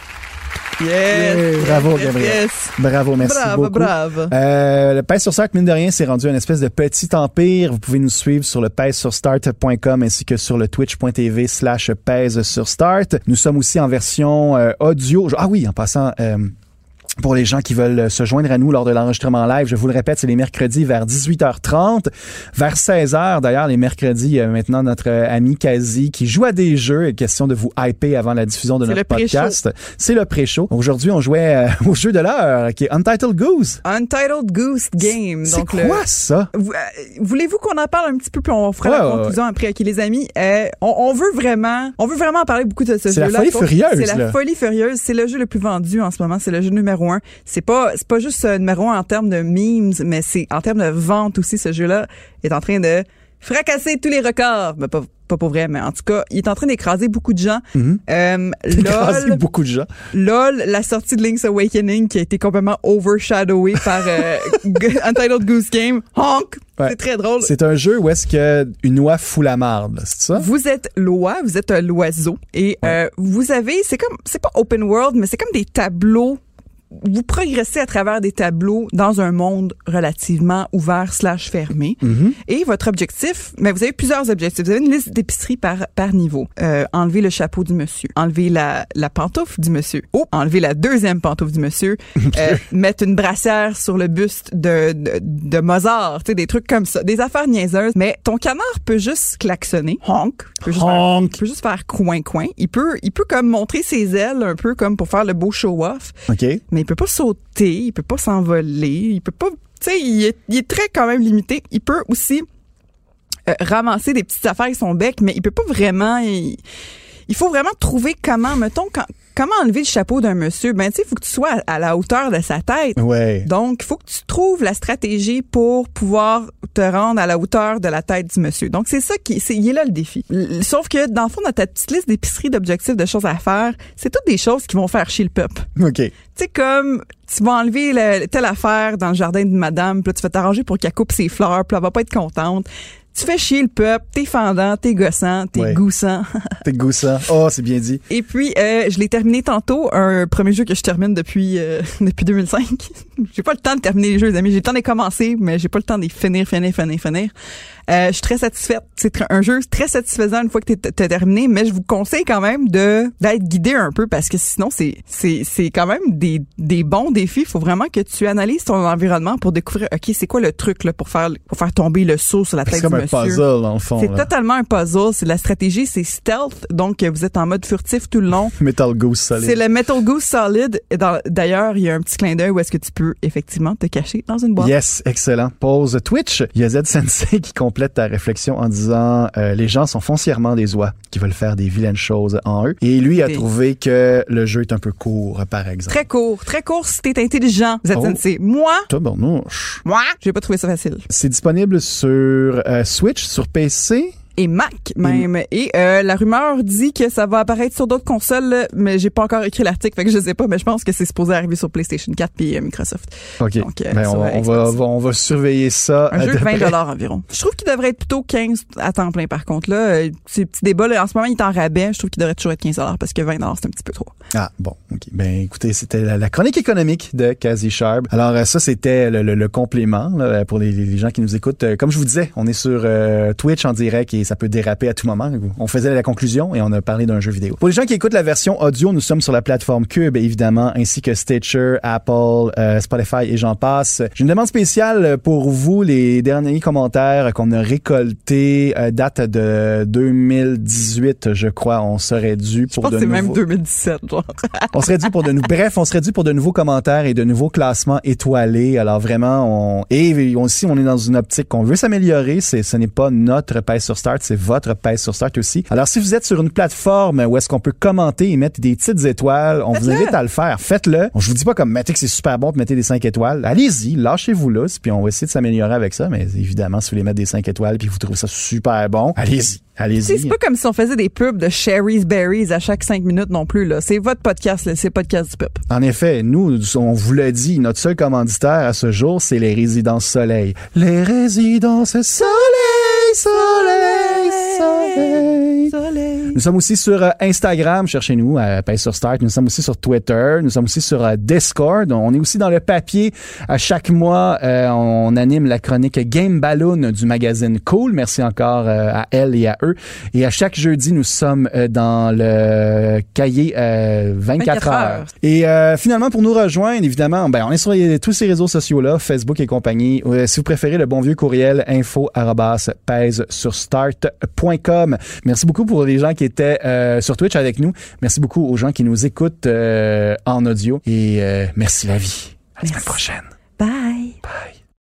Yes,
yeah, bravo,
yes,
Gabriel.
Yes.
Bravo, merci
bravo,
beaucoup.
Bravo,
euh, le Pèse sur Start, mine de rien, c'est rendu une espèce de petit empire. Vous pouvez nous suivre sur le pèse sur start point com ainsi que sur le twitch.tv slash pèse sur start. Nous sommes aussi en version euh, audio. Ah oui, en passant... Euh, Pour les gens qui veulent se joindre à nous lors de l'enregistrement live, je vous le répète, c'est les mercredis vers dix-huit heures trente. Vers seize heures, d'ailleurs, les mercredis, il y a maintenant notre ami Kazi qui joue à des jeux. Question de vous hyper avant la diffusion de
c'est
notre
le
podcast. C'est le pré-show. Aujourd'hui, on jouait euh, au jeu de l'heure, qui est Untitled Goose.
Untitled Goose Game.
C'est
Donc
quoi
le...
ça?
Vous, euh, voulez-vous qu'on en parle un petit peu puis on fera
ouais,
la
ouais,
conclusion
ouais.
après? OK, les amis, euh, on, on veut vraiment, on veut vraiment en parler beaucoup de ce
c'est
jeu-là.
La folie furieuse,
c'est la
là.
folie furieuse. C'est le jeu le plus vendu en ce moment. C'est le jeu numéro un. C'est pas c'est pas juste euh, numéro un en termes de memes, mais c'est en termes de vente aussi. Ce jeu-là est en train de fracasser tous les records. Mais pas, pas pour vrai, mais en tout cas, il est en train d'écraser beaucoup de gens.
Mm-hmm.
Euh,
Écraser
LOL,
beaucoup de gens.
LOL, la sortie de Link's Awakening qui a été complètement overshadowée par euh, Untitled Goose Game. Honk!
Ouais.
C'est très drôle.
C'est un jeu où est-ce que une oie fout la marde, c'est ça?
Vous êtes l'oie, vous êtes euh, l'oiseau et
ouais.
euh, vous avez, c'est comme, c'est pas open world, mais c'est comme des tableaux. Vous progressez à travers des tableaux dans un monde relativement ouvert slash fermé.
Mm-hmm.
Et votre objectif, mais vous avez plusieurs objectifs. Vous avez une liste d'épicerie par par niveau. Euh, enlever le chapeau du monsieur, enlever la la pantoufle du monsieur, oh, enlever la deuxième pantoufle du monsieur, euh, mettre une brassière sur le buste de de, de Mozart, tu sais, des trucs comme ça, des affaires niaiseuses. Mais ton canard peut juste klaxonner, honk, il peut juste
honk,
faire, il peut juste faire coin coin. Il peut il peut comme montrer ses ailes un peu comme pour faire le beau show off.
Ok.
Mais il peut pas sauter, il peut pas s'envoler, il peut pas, tu sais, il est, il est très quand même limité. Il peut aussi euh, ramasser des petites affaires avec son bec, mais il peut pas vraiment, il, il faut vraiment trouver comment, mettons, quand, comment enlever le chapeau d'un monsieur. Ben, tu sais, il faut que tu sois à, à la hauteur de sa tête.
Ouais.
Donc, il faut que tu trouves la stratégie pour pouvoir te rendre à la hauteur de la tête du monsieur. Donc, c'est ça qui, c'est, il est là le défi. L- sauf que, dans le fond, dans ta petite liste d'épicerie, d'objectifs, de choses à faire, c'est toutes des choses qui vont faire chier le peuple.
OK.
Tu sais, comme, tu vas enlever le, telle affaire dans le jardin d'une madame, puis là, tu vas t'arranger pour qu'elle coupe ses fleurs, puis elle va pas être contente. Tu fais chier le peuple, t'es fendant, t'es gossant, t'es
Ouais.
goussant.
T'es goussant. Oh, c'est bien dit.
Et puis, euh, je l'ai terminé tantôt, un premier jeu que je termine depuis euh, depuis deux mille cinq. J'ai pas le temps de terminer les jeux, les amis. J'ai le temps de les commencer, mais j'ai pas le temps de les finir, finir, finir, finir. Euh, je suis très satisfaite. C'est tr- un jeu très satisfaisant une fois que t'es, t'es terminé, mais je vous conseille quand même de d'être guidé un peu parce que sinon, c'est c'est c'est quand même des des bons défis. Il faut vraiment que tu analyses ton environnement pour découvrir, OK, c'est quoi le truc là pour faire pour faire tomber le seau sur la tête
C'est
du
comme un
monsieur.
puzzle, dans le fond.
C'est
là.
totalement un puzzle. C'est de la stratégie, c'est stealth. Donc, vous êtes en mode furtif tout le long.
Metal Goose Solid.
C'est le Metal Goose Solid. Et dans- D'ailleurs, il y a un petit clin d'œil où est-ce que tu peux effectivement te cacher dans une boîte.
Yes, excellent. Pause Twitch. Il y a Z Sensei qui complète ta réflexion en disant euh, les gens sont foncièrement des oies qui veulent faire des vilaines choses en eux. Et lui a
Et-
trouvé que le jeu est un peu court, par exemple.
Très court. Très court si t'es intelligent, Z
Oh.
Sensei. Moi,
Tabarnouche.
moi, j'ai pas trouvé ça facile.
C'est disponible sur euh, Switch, sur P C.
Et Mac même. Et euh, la rumeur dit que ça va apparaître sur d'autres consoles, mais j'ai pas encore écrit l'article, fait que je sais pas, mais je pense que c'est supposé arriver sur PlayStation quatre puis euh, Microsoft.
OK.
Donc, euh,
Ben,
sur,
on,
euh,
on va,
Xbox.
va- on va surveiller ça.
Un
euh,
jeu de vingt
près.
dollars environ. Je trouve qu'il devrait être plutôt quinze à temps plein, par contre. Là, euh, ces petits débats, là, en ce moment, il est en rabais. Je trouve qu'il devrait toujours être quinze dollars parce que vingt dollars c'est un petit peu trop.
Ah, bon, OK. Ben, écoutez, c'était la, la chronique économique de Kazi Sharp. Alors, euh, ça, c'était le, le, le complément là, pour les, les gens qui nous écoutent. Euh, Comme je vous disais, on est sur euh, Twitch en direct et ça peut déraper à tout moment. On faisait la conclusion et on a parlé d'un jeu vidéo. Pour les gens qui écoutent la version audio, nous sommes sur la plateforme Cube, évidemment, ainsi que Stitcher, Apple, euh, Spotify et j'en passe. J'ai une demande spéciale pour vous. Les derniers commentaires qu'on a récoltés euh, datent de deux mille dix-huit, je crois. On serait dû
Je
pour
pense
de
que c'est
nouveaux...
même deux mille dix-sept, genre.
On serait dû pour de nou- bref, on serait dû pour de nouveaux commentaires et de nouveaux classements étoilés. Alors vraiment, on et aussi on est dans une optique qu'on veut s'améliorer. C'est ce n'est pas notre pèse sur start, c'est votre pèse sur start aussi. Alors si vous êtes sur une plateforme où est-ce qu'on peut commenter et mettre des petites étoiles, on vous
Faites-le.
invite à le faire. Faites-le. Je vous dis pas comme mettez que c'est super bon puis mettez des cinq étoiles. Allez-y, lâchez-vous là, puis on va essayer de s'améliorer avec ça. Mais évidemment, si vous voulez mettre des cinq étoiles puis vous trouvez ça super bon, allez-y.
Tu sais,
Allez-y.
c'est pas comme si on faisait des pubs de Sherry's Berries à chaque cinq minutes non plus, là. C'est votre podcast, là. C'est le podcast du peuple.
En effet, nous, on vous l'a dit, notre seul commanditaire à ce jour, c'est les Résidences Soleil. Les Résidences Soleil, Soleil, Soleil.
Soleil.
Nous sommes aussi sur euh, Instagram, cherchez-nous à Pèse sur Start. Nous sommes aussi sur Twitter. Nous sommes aussi sur euh, Discord. On est aussi dans le papier. À chaque mois, euh, on anime la chronique Game Balloon du magazine Cool. Merci encore euh, à elle et à eux. Et à chaque jeudi, nous sommes euh, dans le cahier euh, vingt-quatre heures. Et euh, finalement, pour nous rejoindre, évidemment, ben on est sur les- tous ces réseaux sociaux-là, Facebook et compagnie. Euh, si vous préférez, le bon vieux courriel info arobase pèse sur start point com. Merci beaucoup pour les gens qui étaient euh, sur Twitch avec nous. Merci beaucoup aux gens qui nous écoutent euh, en audio. Et euh, merci la vie. À la semaine prochaine.
Bye.
Bye.